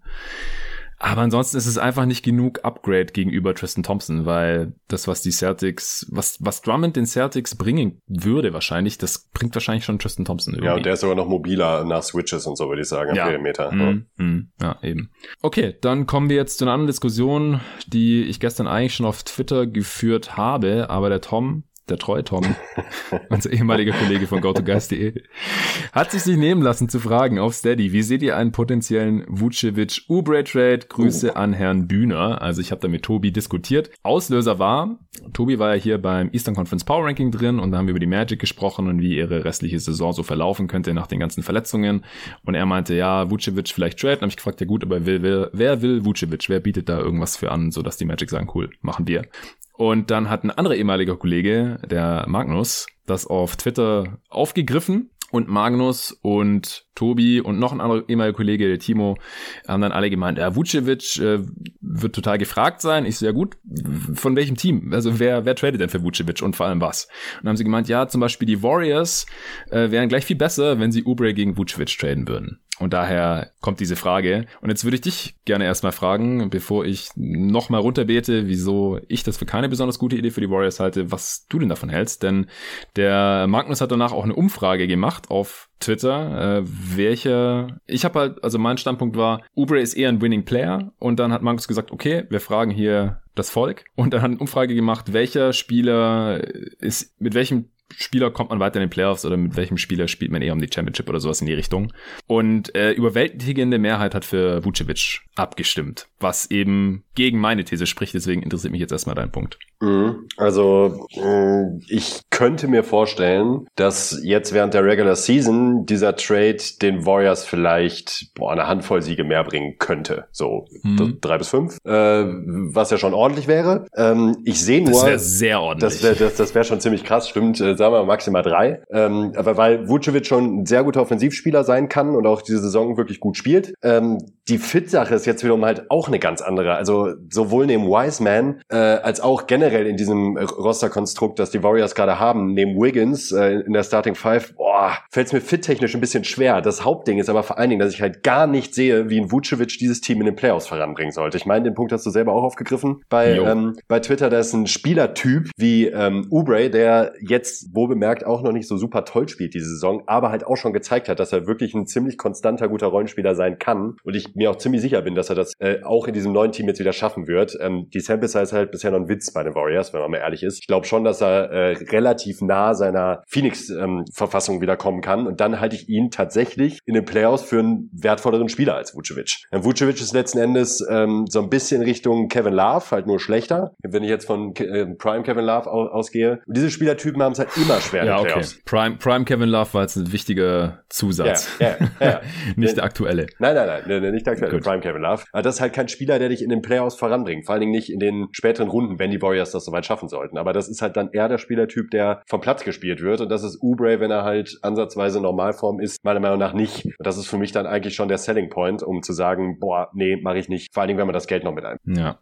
Aber ansonsten ist es einfach nicht genug Upgrade gegenüber Tristan Thompson, weil das, was die Celtics, was Drummond den Celtics bringen würde wahrscheinlich, das bringt wahrscheinlich schon Tristan Thompson irgendwie. Ja, und der ist sogar noch mobiler nach Switches und so, würde ich sagen, ja. Meter. Ja, eben. Okay, dann kommen wir jetzt zu einer anderen Diskussion, die ich gestern eigentlich schon auf Twitter geführt habe, aber der treue Tom, unser ehemaliger Kollege von GoToGuys.de, hat sich nehmen lassen zu fragen auf Steady, wie seht ihr einen potenziellen Vucevic-Oubre-Trade? Grüße an Herrn Bühner. Also ich habe da mit Tobi diskutiert. Auslöser war, Tobi war ja hier beim Eastern Conference Power Ranking drin und da haben wir über die Magic gesprochen und wie ihre restliche Saison so verlaufen könnte nach den ganzen Verletzungen. Und er meinte, ja, Vucevic vielleicht Trade. Dann habe ich gefragt, ja gut, aber wer will Vucevic? Wer bietet da irgendwas für an, sodass die Magic sagen, cool, machen wir. Und dann hat ein anderer ehemaliger Kollege, der Magnus, das auf Twitter aufgegriffen. Und Magnus und Tobi und noch ein anderer ehemaliger Kollege, der Timo, haben dann alle gemeint, ja, Vucevic wird total gefragt sein. Ich so, ja gut, von welchem Team? Also wer tradet denn für Vucevic und vor allem was? Und dann haben sie gemeint, ja, zum Beispiel die Warriors wären gleich viel besser, wenn sie Oubre gegen Vucevic traden würden. Und daher kommt diese Frage. Und jetzt würde ich dich gerne erstmal fragen, bevor ich nochmal runterbete, wieso ich das für keine besonders gute Idee für die Warriors halte, was du denn davon hältst. Denn der Magnus hat danach auch eine Umfrage gemacht auf Twitter, also mein Standpunkt war, Oubre ist eher ein Winning Player. Und dann hat Magnus gesagt, okay, wir fragen hier das Volk. Und dann hat eine Umfrage gemacht, mit welchem Spieler kommt man weiter in den Playoffs oder mit welchem Spieler spielt man eher um die Championship oder sowas in die Richtung. Und überwältigende Mehrheit hat für Vucevic abgestimmt, was eben gegen meine These spricht. Deswegen interessiert mich jetzt erstmal dein Punkt. Also ich könnte mir vorstellen, dass jetzt während der Regular Season dieser Trade den Warriors vielleicht eine Handvoll Siege mehr bringen könnte. So 3 bis 5, was ja schon ordentlich wäre. Ich sehe nur... Das wäre sehr ordentlich. Das wäre schon ziemlich krass, stimmt. Sagen wir maximal 3. Aber weil Vucevic schon ein sehr guter Offensivspieler sein kann und auch diese Saison wirklich gut spielt. Die Fit-Sache ist jetzt wiederum halt auch eine ganz andere. Also sowohl neben Wiseman als auch generell in diesem Roster-Konstrukt, das die Warriors gerade haben, neben Wiggins in der Starting Five, fällt es mir fit-technisch ein bisschen schwer. Das Hauptding ist aber vor allen Dingen, dass ich halt gar nicht sehe, wie ein Vucevic dieses Team in den Playoffs voranbringen sollte. Ich meine, den Punkt hast du selber auch aufgegriffen bei Twitter. Da ist ein Spielertyp wie Oubre, der jetzt wohl bemerkt auch noch nicht so super toll spielt diese Saison, aber halt auch schon gezeigt hat, dass er wirklich ein ziemlich konstanter, guter Rollenspieler sein kann. Und ich mir auch ziemlich sicher bin, dass er das auch in diesem neuen Team jetzt wieder schaffen wird. Die Sample Size ist halt bisher noch ein Witz bei den Warriors, wenn man mal ehrlich ist. Ich glaube schon, dass er relativ nah seiner Phoenix-Verfassung wieder kommen kann. Und dann halte ich ihn tatsächlich in den Playoffs für einen wertvolleren Spieler als Vucevic. Vucevic ist letzten Endes so ein bisschen Richtung Kevin Love, halt nur schlechter, wenn ich jetzt von Prime Kevin Love ausgehe. Und diese Spielertypen haben es halt immer schwer in den Playoffs. Okay. Prime Kevin Love war jetzt ein wichtiger Zusatz. Ja. Nicht der aktuelle. Nein, nicht der aktuelle. Gut. Prime Kevin Love. Aber das ist halt kein Spieler, der dich in den Playoffs voranbringt. Vor allen Dingen nicht in den späteren Runden, wenn die Warriors das soweit schaffen sollten. Aber das ist halt dann eher der Spielertyp, der vom Platz gespielt wird. Und das ist Oubre, wenn er halt ansatzweise Normalform ist, meiner Meinung nach nicht. Und das ist für mich dann eigentlich schon der Selling Point, um zu sagen, nee, mache ich nicht. Vor allen Dingen, wenn man das Geld noch mit ein. Ja.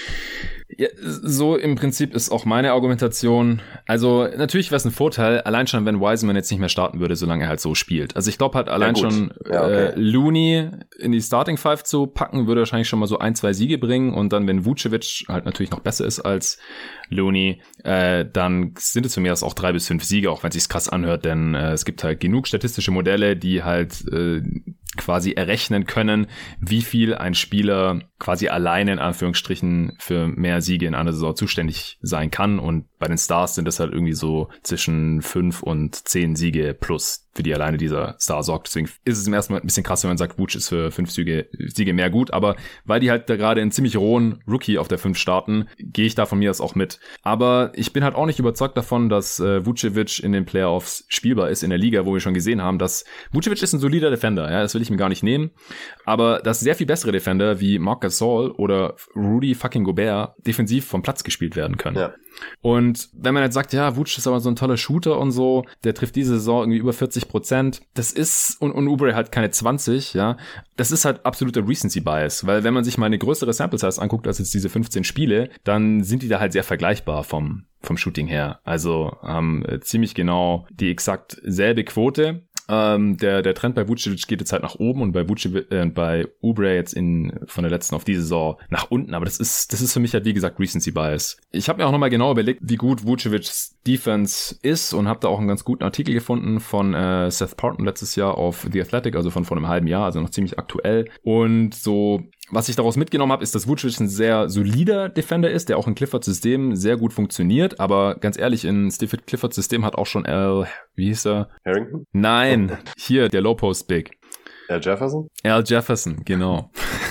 Ja, so im Prinzip ist auch meine Argumentation. Also natürlich wäre es ein Vorteil, allein schon, wenn Wiseman jetzt nicht mehr starten würde, solange er halt so spielt. Also ich glaube halt allein schon Looney in die Starting Five zu packen, würde wahrscheinlich schon mal so 1-2 Siege bringen. Und dann, wenn Vucevic halt natürlich noch besser ist als Looney, dann sind es für mich auch 3 bis 5 Siege, auch wenn es sich krass anhört, denn es gibt halt genug statistische Modelle, die halt quasi errechnen können, wie viel ein Spieler quasi alleine in Anführungsstrichen für mehr Siege in einer Saison zuständig sein kann. Und bei den Stars sind das halt irgendwie so zwischen 5 und 10 Siege plus, für die alleine dieser Star sorgt. Deswegen ist es im ersten Mal ein bisschen krass, wenn man sagt, Vooch ist für 5 Siege mehr gut. Aber weil die halt da gerade einen ziemlich rohen Rookie auf der 5 starten, gehe ich da von mir aus auch mit. Aber ich bin halt auch nicht überzeugt davon, dass Vucevic in den Playoffs spielbar ist in der Liga, wo wir schon gesehen haben, dass Vucevic ist ein solider Defender. Ja, das will ich mir gar nicht nehmen. Aber dass sehr viel bessere Defender wie Marc Gasol oder Rudy fucking Gobert defensiv vom Platz gespielt werden können. Ja. Und wenn man jetzt sagt, ja, Vooch ist aber so ein toller Shooter und so, der trifft diese Saison irgendwie über 40%, das ist, und Oubre halt keine 20, ja, das ist halt absoluter Recency-Bias, weil wenn man sich mal eine größere Sample-Size anguckt als jetzt diese 15 Spiele, dann sind die da halt sehr vergleichbar vom Shooting her. Also ziemlich genau die exakt selbe Quote. Der Trend bei Vucevic geht jetzt halt nach oben und bei Oubre jetzt von der letzten auf diese Saison nach unten, aber das ist für mich halt wie gesagt Recency Bias. Ich habe mir auch nochmal genau überlegt, wie gut Vucevics Defense ist und habe da auch einen ganz guten Artikel gefunden von Seth Parton letztes Jahr auf The Athletic, also von vor einem halben Jahr, also noch ziemlich aktuell. Und so, was ich daraus mitgenommen habe, ist, dass Vucevic ein sehr solider Defender ist, der auch in Cliffords System sehr gut funktioniert, aber ganz ehrlich, in Steve Cliffords System hat auch schon wie hieß er? Harrington? Nein, hier, der Low-Post-Big. Al Jefferson? Al Jefferson, genau.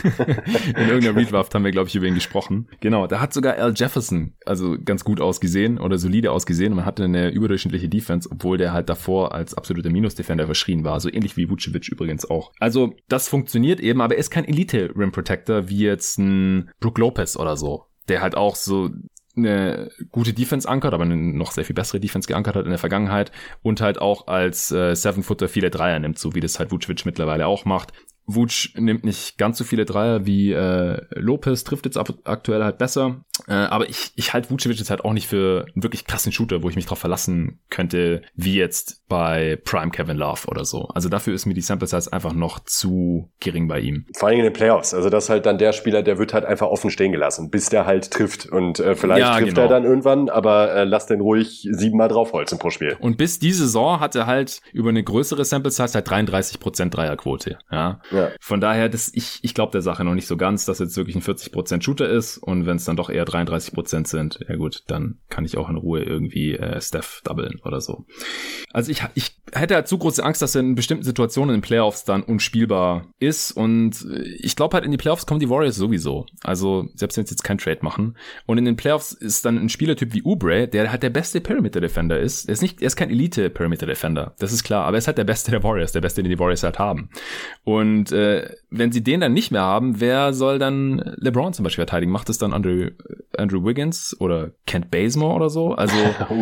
In irgendeiner Redraft haben wir, glaube ich, über ihn gesprochen. Genau, da hat sogar Al Jefferson also ganz gut ausgesehen oder solide ausgesehen und man hatte eine überdurchschnittliche Defense, obwohl der halt davor als absoluter Minus-Defender verschrien war. So ähnlich wie Vucevic übrigens auch. Also das funktioniert eben, aber er ist kein Elite-Rim-Protector wie jetzt ein Brook Lopez oder so, der halt auch so eine gute Defense ankert, aber eine noch sehr viel bessere Defense geankert hat in der Vergangenheit und halt auch als Seven-Footer viele Dreier nimmt, so wie das halt Vucevic mittlerweile auch macht. Vooch nimmt nicht ganz so viele Dreier wie Lopez, trifft jetzt aktuell halt besser. Aber ich halte Vucevic jetzt halt auch nicht für einen wirklich krassen Shooter, wo ich mich drauf verlassen könnte, wie jetzt bei Prime Kevin Love oder so. Also dafür ist mir die Sample Size einfach noch zu gering bei ihm. Vor allem in den Playoffs. Also das ist halt dann der Spieler, der wird halt einfach offen stehen gelassen, bis der halt trifft. Und vielleicht trifft er dann irgendwann, aber lass den ruhig 7-mal draufholzen pro Spiel. Und bis die Saison hat er halt über eine größere Sample Size halt 33% Dreierquote. Ja. Von daher, ich glaube der Sache noch nicht so ganz, dass jetzt wirklich ein 40% Shooter ist. Und wenn es dann doch eher 33% sind, ja gut, dann kann ich auch in Ruhe irgendwie Steph doublen oder so. Also ich hätte halt zu große Angst, dass er in bestimmten Situationen in den Playoffs dann unspielbar ist und ich glaube halt in die Playoffs kommen die Warriors sowieso. Also selbst wenn sie jetzt kein Trade machen. Und in den Playoffs ist dann ein Spielertyp wie Oubre, der halt der beste Perimeter-Defender ist. Er ist kein Elite-Perimeter-Defender, das ist klar, aber er ist halt der Beste der Warriors, der Beste, den die Warriors halt haben. Und wenn sie den dann nicht mehr haben, wer soll dann LeBron zum Beispiel verteidigen? Macht es dann Andrew Wiggins oder Kent Bazemore oder so? Also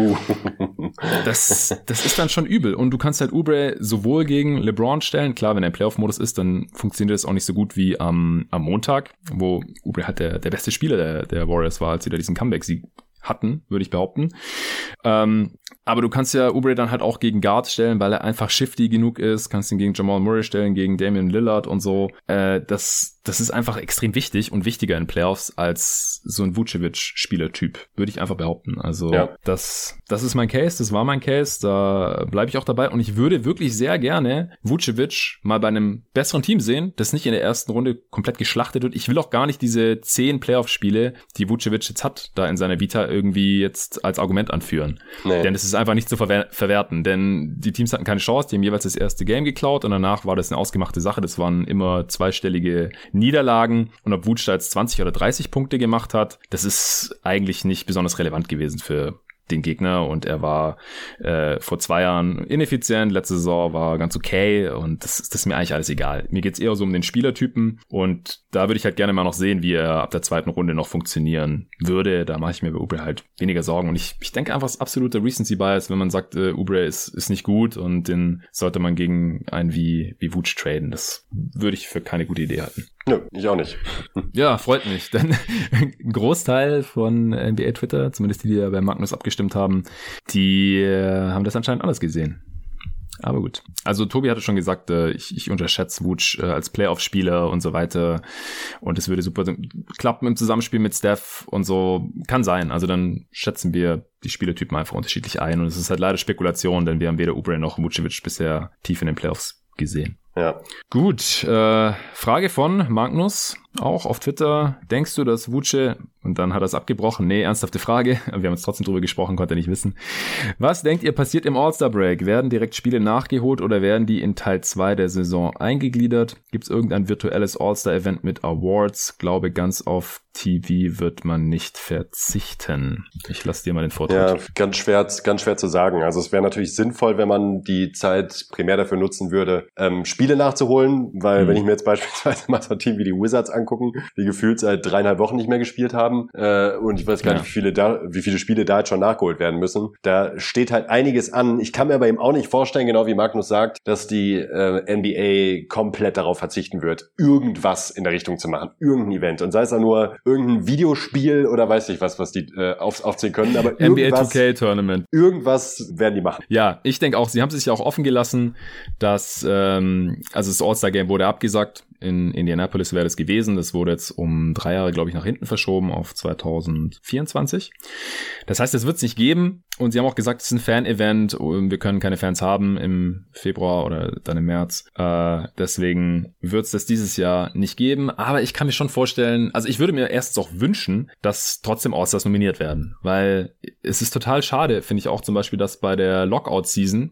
das ist dann schon übel. Und du kannst halt Oubre sowohl gegen LeBron stellen, klar, wenn er im Playoff-Modus ist, dann funktioniert das auch nicht so gut wie am Montag, wo Oubre halt der beste Spieler der Warriors war, als sie da diesen Comeback-Sieg hatten, würde ich behaupten. Aber du kannst ja Oubre dann halt auch gegen Guards stellen, weil er einfach shifty genug ist, kannst ihn gegen Jamal Murray stellen, gegen Damian Lillard und so. Das das ist einfach extrem wichtig und wichtiger in Playoffs als so ein Vucevic-Spielertyp, würde ich einfach behaupten. Also das ist mein Case, das war mein Case, da bleibe ich auch dabei und ich würde wirklich sehr gerne Vucevic mal bei einem besseren Team sehen, das nicht in der ersten Runde komplett geschlachtet wird. Ich will auch gar nicht diese 10 Playoff-Spiele, die Vucevic jetzt hat, da in seiner Vita irgendwie jetzt als Argument anführen. Nee. Denn es ist einfach nicht zu verwerten, denn die Teams hatten keine Chance, die haben jeweils das erste Game geklaut und danach war das eine ausgemachte Sache. Das waren immer zweistellige Niederlagen und ob Vuce da jetzt 20 oder 30 Punkte gemacht hat, das ist eigentlich nicht besonders relevant gewesen für den Gegner und er war vor 2 Jahren ineffizient, letzte Saison war ganz okay und das ist mir eigentlich alles egal. Mir geht's eher so um den Spielertypen und da würde ich halt gerne mal noch sehen, wie er ab der zweiten Runde noch funktionieren würde. Da mache ich mir bei Oubre halt weniger Sorgen und ich denke einfach, es ist absoluter Recency Bias, wenn man sagt, Oubre ist nicht gut und den sollte man gegen einen wie Vuce traden. Das würde ich für keine gute Idee halten. Nö, ich auch nicht. Ja, freut mich, denn ein Großteil von NBA Twitter, zumindest die ja bei Magnus abgestimmt haben, die haben das anscheinend anders gesehen. Aber gut. Also Tobi hatte schon gesagt, ich unterschätze Vuce als Playoff-Spieler und so weiter und es würde super klappen im Zusammenspiel mit Steph und so. Kann sein. Also dann schätzen wir die Spielertypen einfach unterschiedlich ein und es ist halt leider Spekulation, denn wir haben weder Oubre noch Vucevic bisher tief in den Playoffs gesehen. Ja. Gut, Frage von Magnus, auch auf Twitter. Denkst du, dass Vuce, und dann hat er es abgebrochen, nee, ernsthafte Frage, wir haben jetzt trotzdem drüber gesprochen, konnte er nicht wissen. Was denkt ihr passiert im All-Star-Break? Werden direkt Spiele nachgeholt oder werden die in Teil 2 der Saison eingegliedert? Gibt es irgendein virtuelles All-Star-Event mit Awards? Glaube, ganz auf TV wird man nicht verzichten. Ich lasse dir mal den Vortrag. Ja, ganz schwer zu sagen. Also es wäre natürlich sinnvoll, wenn man die Zeit primär dafür nutzen würde, Spiele nachzuholen, weil wenn ich mir jetzt beispielsweise mal so ein Team wie die Wizards angucken, die gefühlt seit 3,5 Wochen nicht mehr gespielt haben und ich weiß gar nicht, wie viele Spiele da jetzt schon nachgeholt werden müssen. Da steht halt einiges an. Ich kann mir aber eben auch nicht vorstellen, genau wie Magnus sagt, dass die NBA komplett darauf verzichten wird, irgendwas in der Richtung zu machen, irgendein Event. Und sei es auch nur irgendein Videospiel oder weiß ich was die aufzählen können, aber NBA 2K Tournament. Irgendwas werden die machen. Ja, ich denke auch, sie haben sich ja auch offen gelassen, dass also das All-Star-Game wurde abgesagt. In Indianapolis wäre das gewesen. Das wurde jetzt um 3 Jahre, glaube ich, nach hinten verschoben auf 2024. Das heißt, es wird es nicht geben. Und sie haben auch gesagt, es ist ein Fan-Event. Wir können keine Fans haben im Februar oder dann im März. Deswegen wird es das dieses Jahr nicht geben. Aber ich kann mir schon vorstellen, also ich würde mir erstens auch wünschen, dass trotzdem All-Stars nominiert werden. Weil es ist total schade, finde ich auch zum Beispiel, dass bei der Lockout-Season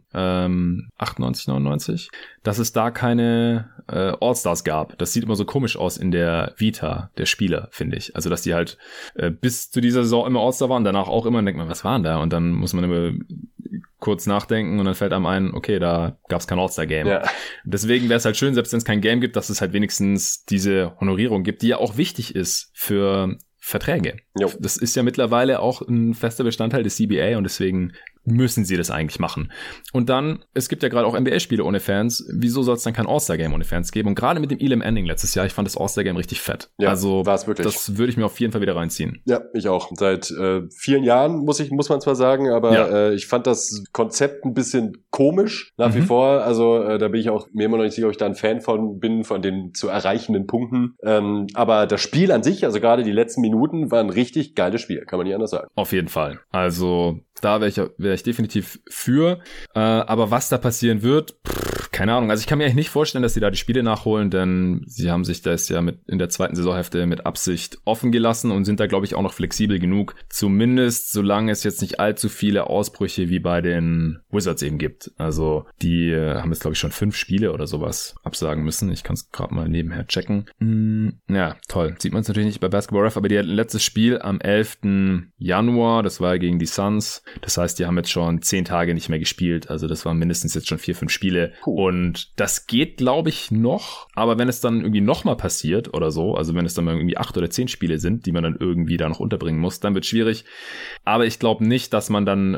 98, 99, dass es da keine All-Stars gab. Das sieht immer so komisch aus in der Vita der Spieler, finde ich. Also, dass die halt bis zu dieser Saison immer All-Star waren, danach auch immer, und denkt man, was waren da? Und dann muss man immer kurz nachdenken und dann fällt einem ein, okay, da gab es kein All-Star-Game. Ja. Deswegen wäre es halt schön, selbst wenn es kein Game gibt, dass es halt wenigstens diese Honorierung gibt, die ja auch wichtig ist für Verträge. Jo. Das ist ja mittlerweile auch ein fester Bestandteil des CBA und deswegen müssen sie das eigentlich machen. Und dann, es gibt ja gerade auch NBA-Spiele ohne Fans. Wieso soll es dann kein All-Star-Game ohne Fans geben? Und gerade mit dem Elam Ending letztes Jahr, ich fand das All-Star-Game richtig fett. Ja, also war's wirklich. Das würde ich mir auf jeden Fall wieder reinziehen. Ja, ich auch. Seit vielen Jahren, muss man zwar sagen, aber ich fand das Konzept ein bisschen komisch nach wie vor. Also da bin ich auch mir immer noch nicht sicher, ob ich da ein Fan von bin, von den zu erreichenden Punkten. Aber das Spiel an sich, also gerade die letzten Minuten, war ein richtig geiles Spiel, kann man nicht anders sagen. Auf jeden Fall. Also da wäre ich definitiv für. Aber was da passieren wird, keine Ahnung. Also ich kann mir eigentlich nicht vorstellen, dass sie da die Spiele nachholen, denn sie haben sich das ja in der zweiten Saisonhälfte mit Absicht offen gelassen und sind da, glaube ich, auch noch flexibel genug. Zumindest, solange es jetzt nicht allzu viele Ausbrüche wie bei den Wizards eben gibt. Also die haben jetzt, glaube ich, schon 5 Spiele oder sowas absagen müssen. Ich kann es gerade mal nebenher checken. Ja, toll. Sieht man es natürlich nicht bei Basketball Ref, aber die hatten ein letztes Spiel am 11. Januar. Das war gegen die Suns. Das heißt, die haben jetzt schon 10 Tage nicht mehr gespielt. Also das waren mindestens jetzt schon 4-5 Spiele. Und das geht, glaube ich, noch. Aber wenn es dann irgendwie nochmal passiert oder so, also wenn es dann mal irgendwie 8 oder 10 Spiele sind, die man dann irgendwie da noch unterbringen muss, dann wird es schwierig. Aber ich glaube nicht, dass man dann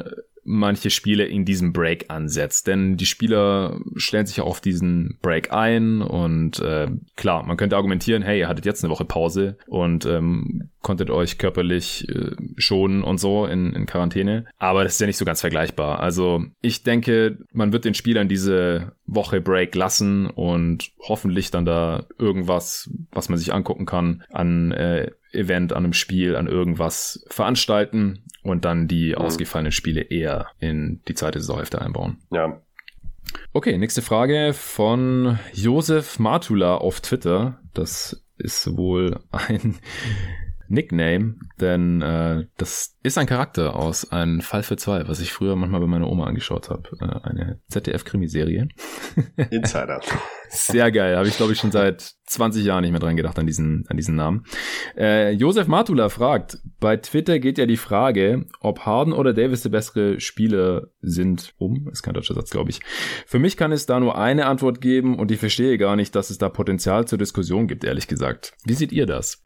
manche Spiele in diesem Break ansetzt. Denn die Spieler stellen sich auf diesen Break ein und klar, man könnte argumentieren, hey, ihr hattet jetzt eine Woche Pause und konntet euch körperlich schonen und so in Quarantäne. Aber das ist ja nicht so ganz vergleichbar. Also ich denke, man wird den Spielern diese Woche Break lassen und hoffentlich dann da irgendwas, was man sich angucken kann, an Event, an einem Spiel, an irgendwas veranstalten und dann die ausgefallenen Spiele eher in die zweite Saisonhälfte einbauen. Ja. Okay, nächste Frage von Josef Matula auf Twitter. Das ist wohl ein Nickname, denn das ist ein Charakter aus Ein Fall für zwei, was ich früher manchmal bei meiner Oma angeschaut habe. Eine ZDF-Krimiserie. Insider. Sehr geil, habe ich glaube ich schon seit 20 Jahren nicht mehr dran gedacht an diesen Namen. Josef Matula fragt, bei Twitter geht ja die Frage, ob Harden oder Davis der bessere Spieler sind. Ist kein deutscher Satz, glaube ich. Für mich kann es da nur eine Antwort geben und ich verstehe gar nicht, dass es da Potenzial zur Diskussion gibt, ehrlich gesagt. Wie seht ihr das?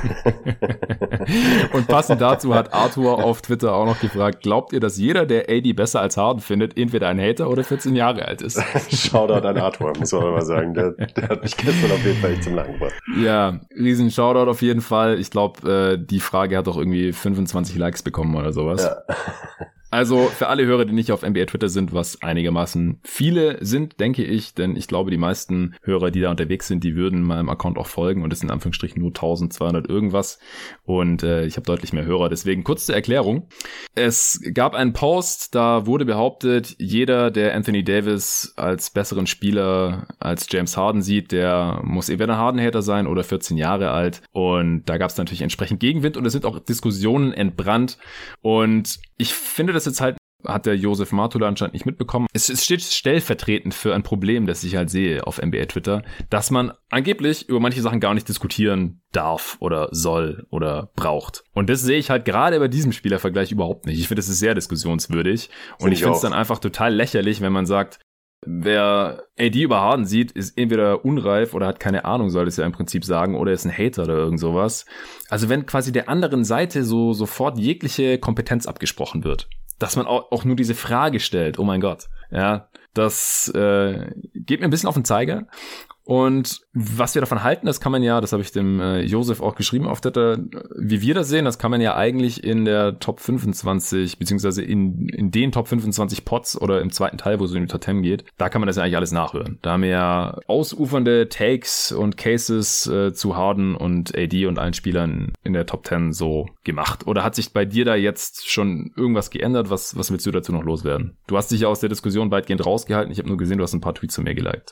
Und passend dazu hat Arthur auf Twitter auch noch gefragt, glaubt ihr, dass jeder, der AD besser als Harden findet, entweder ein Hater oder 14 Jahre alt ist? Shoutout an Arthur, muss man mal sagen. Der hat mich gestern auf jeden Fall echt zum Lachen gebracht. Ja, riesen Shoutout auf jeden Fall. Ich glaube, die Frage hat auch irgendwie 25 Likes bekommen oder sowas. Ja. Also für alle Hörer, die nicht auf NBA Twitter sind, was einigermaßen viele sind, denke ich, denn ich glaube, die meisten Hörer, die da unterwegs sind, die würden meinem Account auch folgen und es sind in Anführungsstrichen nur 1200 irgendwas und ich habe deutlich mehr Hörer. Deswegen kurz zur Erklärung. Es gab einen Post, da wurde behauptet, jeder, der Anthony Davis als besseren Spieler als James Harden sieht, der muss entweder ein Harden-Hater sein oder 14 Jahre alt und da gab es natürlich entsprechend Gegenwind und es sind auch Diskussionen entbrannt und ich finde das jetzt halt, hat der Josef Matula anscheinend nicht mitbekommen. Es steht stellvertretend für ein Problem, das ich halt sehe auf NBA Twitter, dass man angeblich über manche Sachen gar nicht diskutieren darf oder soll oder braucht. Und das sehe ich halt gerade bei diesem Spielervergleich überhaupt nicht. Ich finde, das ist sehr diskussionswürdig und ich finde es dann einfach total lächerlich, wenn man sagt, wer AD über Harden sieht, ist entweder unreif oder hat keine Ahnung, soll es ja im Prinzip sagen, oder ist ein Hater oder irgend sowas. Also wenn quasi der anderen Seite so sofort jegliche Kompetenz abgesprochen wird, dass man auch nur diese Frage stellt, oh mein Gott, ja, das geht mir ein bisschen auf den Zeiger. Und was wir davon halten, das kann man ja, das habe ich dem Josef auch geschrieben auf Twitter, wie wir das sehen, das kann man ja eigentlich in der Top 25, beziehungsweise in den Top 25 Pods oder im zweiten Teil, wo es in die Top 10 geht, da kann man das ja eigentlich alles nachhören. Da haben wir ja ausufernde Takes und Cases zu Harden und AD und allen Spielern in der Top 10 so gemacht. Oder hat sich bei dir da jetzt schon irgendwas geändert? Was willst du dazu noch loswerden? Du hast dich ja aus der Diskussion weitgehend rausgehalten. Ich habe nur gesehen, du hast ein paar Tweets zu mir geliked.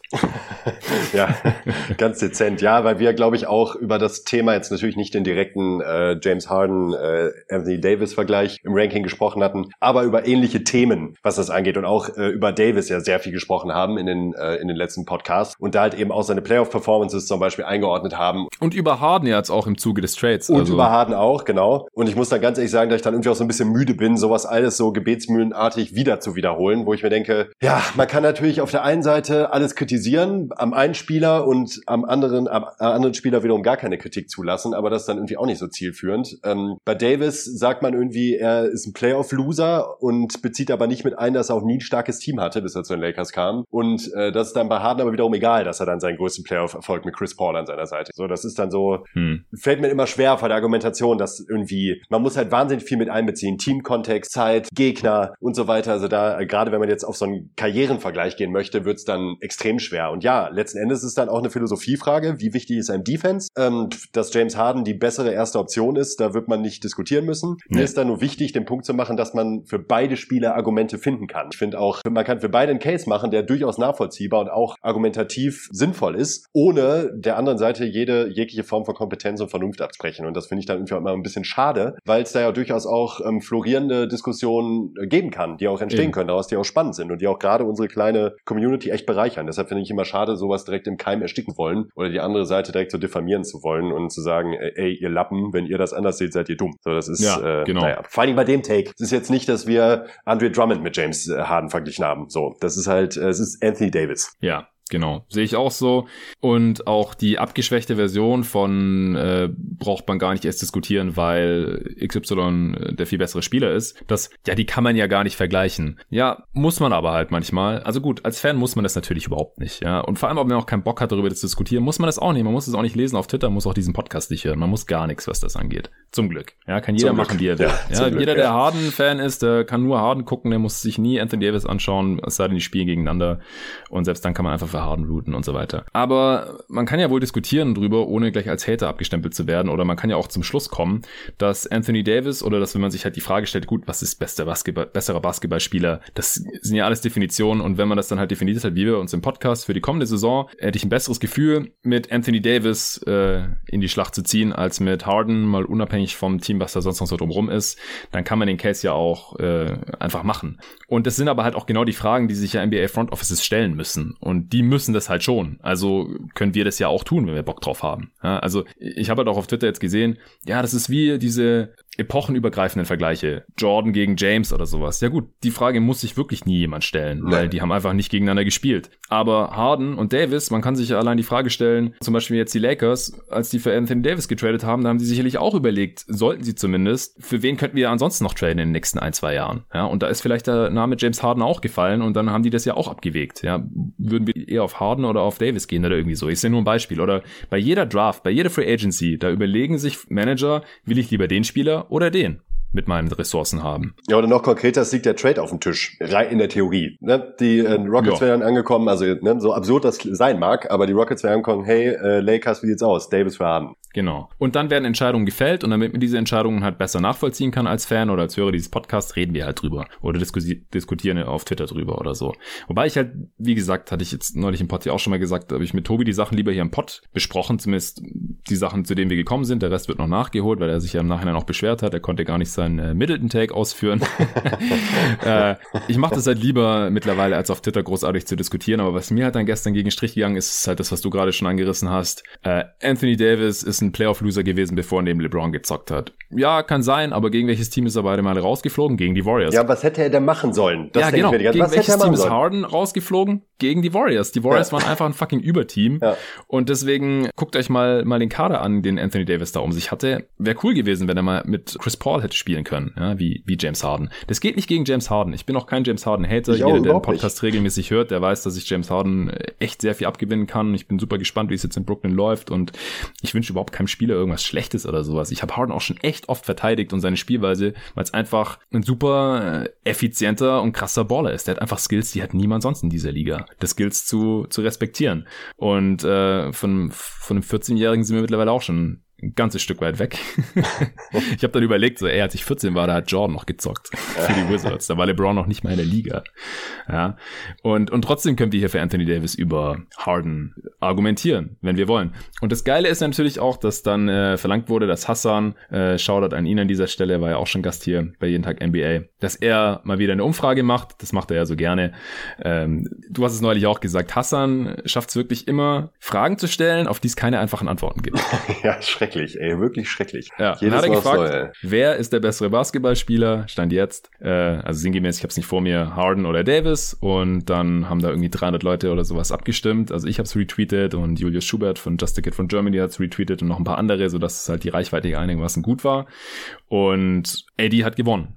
Ja, ganz dezent. Ja, weil wir, glaube ich, auch über das Thema jetzt natürlich nicht den direkten James Harden, Anthony Davis Vergleich im Ranking gesprochen hatten, aber über ähnliche Themen, was das angeht und auch über Davis ja sehr viel gesprochen haben in den letzten Podcasts und da halt eben auch seine Playoff-Performances zum Beispiel eingeordnet haben. Und über Harden jetzt auch im Zuge des Trades. Und über Harden auch, genau. Und ich muss dann ganz ehrlich sagen, dass ich dann irgendwie auch so ein bisschen müde bin, sowas alles so gebetsmühlenartig wieder zu wiederholen, wo ich mir denke, ja, man kann natürlich auf der einen Seite alles kritisieren, am einen Spieler und am anderen Spieler wiederum gar keine Kritik zulassen, aber das ist dann irgendwie auch nicht so zielführend. Bei Davis sagt man irgendwie, er ist ein Playoff-Loser und bezieht aber nicht mit ein, dass er auch nie ein starkes Team hatte, bis er zu den Lakers kam. Und das ist dann bei Harden aber wiederum egal, dass er dann seinen größten Playoff-Erfolg mit Chris Paul an seiner Seite. So, das ist dann so, fällt mir immer schwer vor der Argumentation, dass irgendwie, man muss halt wahnsinnig viel mit einbeziehen, Teamkontext, Zeit, Gegner und so weiter. Also da, gerade wenn man jetzt auf so einen Karrierenvergleich gehen möchte, wird's dann extrem schwer. Und ja, letzten Endes ist dann auch eine Philosophiefrage, wie wichtig ist einem Defense? Dass James Harden die bessere erste Option ist, da wird man nicht diskutieren müssen. Mir ist dann nur wichtig, den Punkt zu machen, dass man für beide Spieler Argumente finden kann. Ich finde auch, man kann für beide einen Case machen, der durchaus nachvollziehbar und auch argumentativ sinnvoll ist, ohne der anderen Seite jegliche Form von Kompetenz und Vernunft absprechen. Und das finde ich dann irgendwie auch immer ein bisschen schade, weil es da ja durchaus auch florierende Diskussionen geben kann, die auch entstehen können, daraus die auch spannend sind und die auch gerade unsere kleine Community echt bereichern. Deshalb finde ich immer schade, sowas direkt im Keim ersticken wollen oder die andere Seite direkt so diffamieren zu wollen und zu sagen, ey, ihr Lappen, wenn ihr das anders seht, seid ihr dumm. So, das ist, genau. Naja, vor allem bei dem Take. Es ist jetzt nicht, dass wir Andre Drummond mit James Harden verglichen haben. So, das ist halt, es ist Anthony Davis. Ja. Genau, sehe ich auch so. Und auch die abgeschwächte Version von braucht man gar nicht erst diskutieren, weil XY der viel bessere Spieler ist. Die kann man ja gar nicht vergleichen. Ja, muss man aber halt manchmal. Also gut, als Fan muss man das natürlich überhaupt nicht. Ja, und vor allem, ob man auch keinen Bock hat, darüber zu diskutieren, muss man das auch nicht. Man muss es auch nicht lesen auf Twitter, muss auch diesen Podcast nicht hören. Man muss gar nichts, was das angeht. Zum Glück. Ja, kann jeder machen, wie er will. Ja, jeder, der Harden-Fan ist, der kann nur Harden gucken, der muss sich nie Anthony Davis anschauen, es sei denn, die spielen gegeneinander. Und selbst dann kann man einfach für Harden routen und so weiter. Aber man kann ja wohl diskutieren drüber, ohne gleich als Hater abgestempelt zu werden. Oder man kann ja auch zum Schluss kommen, dass Anthony Davis oder dass, wenn man sich halt die Frage stellt, gut, was ist besserer Basketballspieler? Das sind ja alles Definitionen. Und wenn man das dann halt definiert hat, wie wir uns im Podcast für die kommende Saison, hätte ich ein besseres Gefühl, mit Anthony Davis in die Schlacht zu ziehen, als mit Harden, mal unabhängig vom Team, was da sonst noch so drumherum ist. Dann kann man den Case ja auch einfach machen. Und das sind aber halt auch genau die Fragen, die sich ja NBA Front Offices stellen müssen. Und die müssen das halt schon. Also können wir das ja auch tun, wenn wir Bock drauf haben. Ja, also ich habe halt auch auf Twitter jetzt gesehen, ja, das ist wie diese epochenübergreifenden Vergleiche. Jordan gegen James oder sowas. Ja gut, die Frage muss sich wirklich nie jemand stellen, weil die haben einfach nicht gegeneinander gespielt. Aber Harden und Davis, man kann sich ja allein die Frage stellen, zum Beispiel jetzt die Lakers, als die für Anthony Davis getradet haben, da haben sie sicherlich auch überlegt, sollten sie zumindest, für wen könnten wir ansonsten noch traden in den nächsten 1-2 Jahren? Ja, und da ist vielleicht der Name James Harden auch gefallen und dann haben die das ja auch abgewegt. Ja, würden wir eher auf Harden oder auf Davis gehen oder irgendwie so? Ist ja nur ein Beispiel. Oder bei jeder Draft, bei jeder Free Agency, da überlegen sich Manager, will ich lieber den Spieler oder den mit meinen Ressourcen haben. Ja, oder noch konkreter, es liegt der Trade auf dem Tisch, rein in der Theorie. Ne? Die Rockets wären angekommen, also so absurd das sein mag, aber die Rockets wären angekommen, hey, Lakers, wie sieht's aus? Davis für Harden. Genau. Und dann werden Entscheidungen gefällt und damit man diese Entscheidungen halt besser nachvollziehen kann als Fan oder als Hörer dieses Podcasts, reden wir halt drüber oder diskutieren auf Twitter drüber oder so. Wobei ich halt, wie gesagt, hatte ich jetzt neulich im Pod hier auch schon mal gesagt, habe ich mit Tobi die Sachen lieber hier im Pod besprochen, zumindest die Sachen, zu denen wir gekommen sind. Der Rest wird noch nachgeholt, weil er sich ja im Nachhinein auch beschwert hat. Er konnte gar nicht seinen Middleton-Take ausführen. Ich mache das halt lieber mittlerweile, als auf Twitter großartig zu diskutieren. Aber was mir halt dann gestern gegen den Strich gegangen ist, ist halt das, was du gerade schon angerissen hast. Anthony Davis ist ein Playoff-Loser gewesen, bevor neben LeBron gezockt hat. Ja, kann sein, aber gegen welches Team ist er beide Male rausgeflogen? Gegen die Warriors. Ja, was hätte er denn machen sollen? Das genau. Gegen welches Team ist Harden rausgeflogen? Gegen die Warriors. Die Warriors waren einfach ein fucking Überteam. Ja. Und deswegen guckt euch mal den Kader an, den Anthony Davis da um sich hatte. Wäre cool gewesen, wenn er mal mit Chris Paul hätte spielen können, ja, wie James Harden. Das geht nicht gegen James Harden. Ich bin auch kein James Harden-Hater. Jeder, der den Podcast regelmäßig hört, der weiß, dass ich James Harden echt sehr viel abgewinnen kann. Ich bin super gespannt, wie es jetzt in Brooklyn läuft und ich wünsche überhaupt keinem Spieler irgendwas Schlechtes oder sowas. Ich habe Harden auch schon echt oft verteidigt und seine Spielweise, weil es einfach ein super effizienter und krasser Baller ist. Der hat einfach Skills, die hat niemand sonst in dieser Liga. Das Skills zu respektieren. Und von einem 14-Jährigen sind wir mittlerweile auch schon ein ganzes Stück weit weg. Ich habe dann überlegt, so, als ich 14 war, da hat Jordan noch gezockt für die Wizards. Da war LeBron noch nicht mal in der Liga. Ja. Und trotzdem können wir hier für Anthony Davis über Harden argumentieren, wenn wir wollen. Und das Geile ist natürlich auch, dass dann verlangt wurde, dass Hassan, Shoutout an ihn an dieser Stelle, war ja auch schon Gast hier bei Jeden Tag NBA, dass er mal wieder eine Umfrage macht. Das macht er ja so gerne. Du hast es neulich auch gesagt, Hassan schafft es wirklich immer, Fragen zu stellen, auf die es keine einfachen Antworten gibt. Ja, schrecklich, wirklich schrecklich. Ja, dann hat er gefragt, wer ist der bessere Basketballspieler? Stand jetzt, also sinngemäß, ich habe es nicht vor mir, Harden oder Davis, und dann haben da irgendwie 300 Leute oder sowas abgestimmt. Also ich habe es retweetet und Julius Schubert von Just a Kid from Germany hat es retweetet und noch ein paar andere, sodass es halt die Reichweite einigermaßen gut war. Und AD hat gewonnen.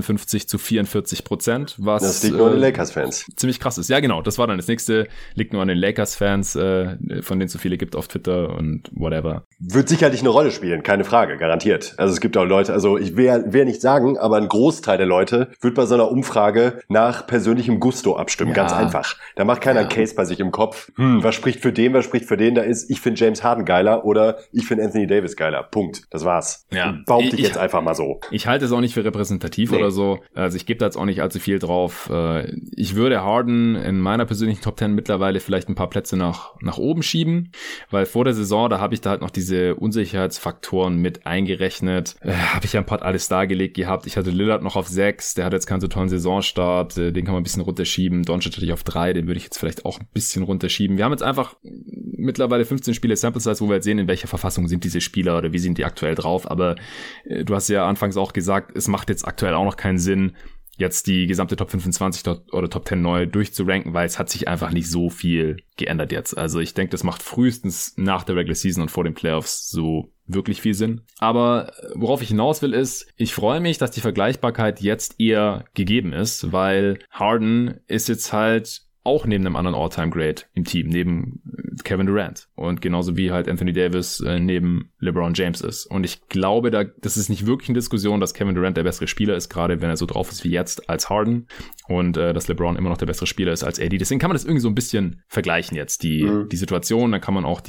56-44%, was das liegt nur an den Lakers-Fans. Ziemlich krass ist. Ja, genau, das war dann das nächste. Liegt nur an den Lakers-Fans, von denen es so viele gibt auf Twitter und whatever. Wird sicherlich eine Rolle spielen, keine Frage, garantiert. Also es gibt auch Leute, also ich will nicht sagen, aber ein Großteil der Leute wird bei so einer Umfrage nach persönlichem Gusto abstimmen, ganz einfach. Da macht keiner einen Case bei sich im Kopf. Was spricht für den, was spricht für den? Da ist, ich finde James Harden geiler oder ich finde Anthony Davis geiler. Punkt. Das war's. Ja. Behaupte ich jetzt einfach mal so. Ich halte es auch nicht für repräsentativ oder so. Also ich gebe da jetzt auch nicht allzu viel drauf. Ich würde Harden in meiner persönlichen Top 10 mittlerweile vielleicht ein paar Plätze nach oben schieben, weil vor der Saison, da habe ich da halt noch diese Unsicherheitsfaktoren mit eingerechnet. Habe ich ja ein Pod alles dargelegt gehabt. Ich hatte Lillard noch auf 6, der hat jetzt keinen so tollen Saisonstart, den kann man ein bisschen runterschieben. Doncic hatte ich auf 3, den würde ich jetzt vielleicht auch ein bisschen runterschieben. Wir haben jetzt einfach mittlerweile 15 Spiele Sample Size, wo wir jetzt sehen, in welcher Verfassung sind diese Spieler oder wie sind die aktuell drauf. Aber du hast ja anfangs auch gesagt, es macht jetzt aktuell auch noch keinen Sinn, jetzt die gesamte Top 25 oder Top 10 neu durchzuranken, weil es hat sich einfach nicht so viel geändert jetzt. Also ich denke, das macht frühestens nach der Regular Season und vor den Playoffs so wirklich viel Sinn. Aber worauf ich hinaus will ist, ich freue mich, dass die Vergleichbarkeit jetzt eher gegeben ist, weil Harden ist jetzt halt auch neben einem anderen All-Time-Great im Team, neben Kevin Durant. Und genauso wie halt Anthony Davis neben LeBron James ist. Und ich glaube, das ist nicht wirklich eine Diskussion, dass Kevin Durant der bessere Spieler ist, gerade wenn er so drauf ist wie jetzt als Harden. Und dass LeBron immer noch der bessere Spieler ist als AD. Deswegen kann man das irgendwie so ein bisschen vergleichen jetzt, die Situation. Dann kann man auch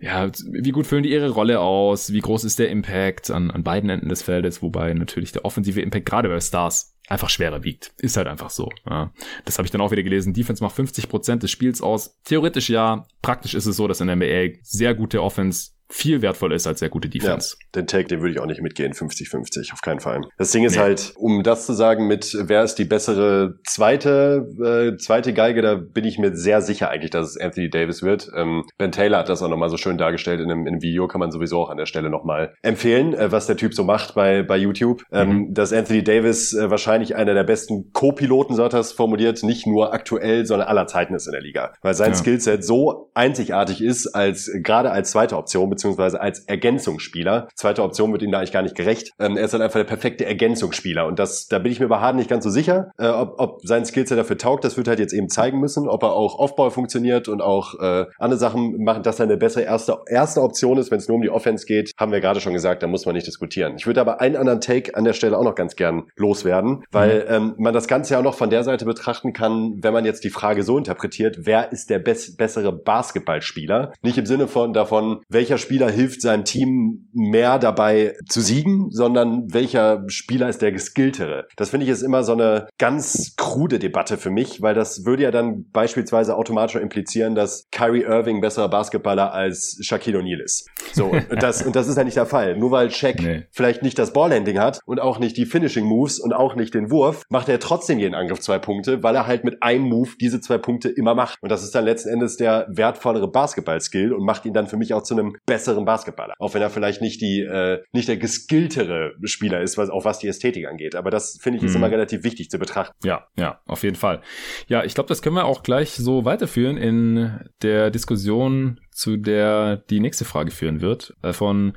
wie gut füllen die ihre Rolle aus, wie groß ist der Impact an beiden Enden des Feldes, wobei natürlich der offensive Impact gerade bei Stars einfach schwerer wiegt. Ist halt einfach so. Ja. Das habe ich dann auch wieder gelesen. Defense macht 50% des Spiels aus. Theoretisch ja. Praktisch ist es so, dass in der NBA sehr gute Offense viel wertvoll ist als sehr gute Defense. Ja, den Take, den würde ich auch nicht mitgehen, 50-50, auf keinen Fall. Das Ding ist halt, um das zu sagen mit, wer ist die bessere zweite Geige, da bin ich mir sehr sicher eigentlich, dass es Anthony Davis wird. Ben Taylor hat das auch nochmal so schön dargestellt in einem Video, kann man sowieso auch an der Stelle nochmal empfehlen, was der Typ so macht bei YouTube. Dass Anthony Davis wahrscheinlich einer der besten Co-Piloten, so hat er es formuliert, nicht nur aktuell, sondern aller Zeiten ist in der Liga. Weil sein Skillset so einzigartig ist, gerade als zweite Option, beziehungsweise als Ergänzungsspieler. Zweite Option wird ihm da eigentlich gar nicht gerecht. Er ist halt einfach der perfekte Ergänzungsspieler und da bin ich mir bei Harden nicht ganz so sicher, ob sein Skillset dafür taugt. Das wird halt jetzt eben zeigen müssen, ob er auch Off-Ball funktioniert und auch andere Sachen machen, dass er eine bessere erste Option ist, wenn es nur um die Offense geht. Haben wir gerade schon gesagt, da muss man nicht diskutieren. Ich würde aber einen anderen Take an der Stelle auch noch ganz gern loswerden, weil man das Ganze ja auch noch von der Seite betrachten kann, wenn man jetzt die Frage so interpretiert, wer ist der bessere Basketballspieler? Nicht im Sinne davon, welcher Spieler hilft seinem Team mehr dabei zu siegen, sondern welcher Spieler ist der geskilltere. Das finde ich ist immer so eine ganz krude Debatte für mich, weil das würde ja dann beispielsweise automatisch implizieren, dass Kyrie Irving besserer Basketballer als Shaquille O'Neal ist. So, und das ist ja nicht der Fall. Nur weil Shaq vielleicht nicht das Ballhandling hat und auch nicht die Finishing Moves und auch nicht den Wurf, macht er trotzdem jeden Angriff 2 Punkte, weil er halt mit einem Move diese 2 Punkte immer macht. Und das ist dann letzten Endes der wertvollere Basketball-Skill und macht ihn dann für mich auch zu einem besseren Basketballer. Auch wenn er vielleicht nicht nicht der geskilltere Spieler ist, was die Ästhetik angeht. Aber das finde ich ist immer relativ wichtig zu betrachten. Ja, auf jeden Fall. Ja, ich glaube, das können wir auch gleich so weiterführen in der Diskussion, zu der die nächste Frage führen wird. Von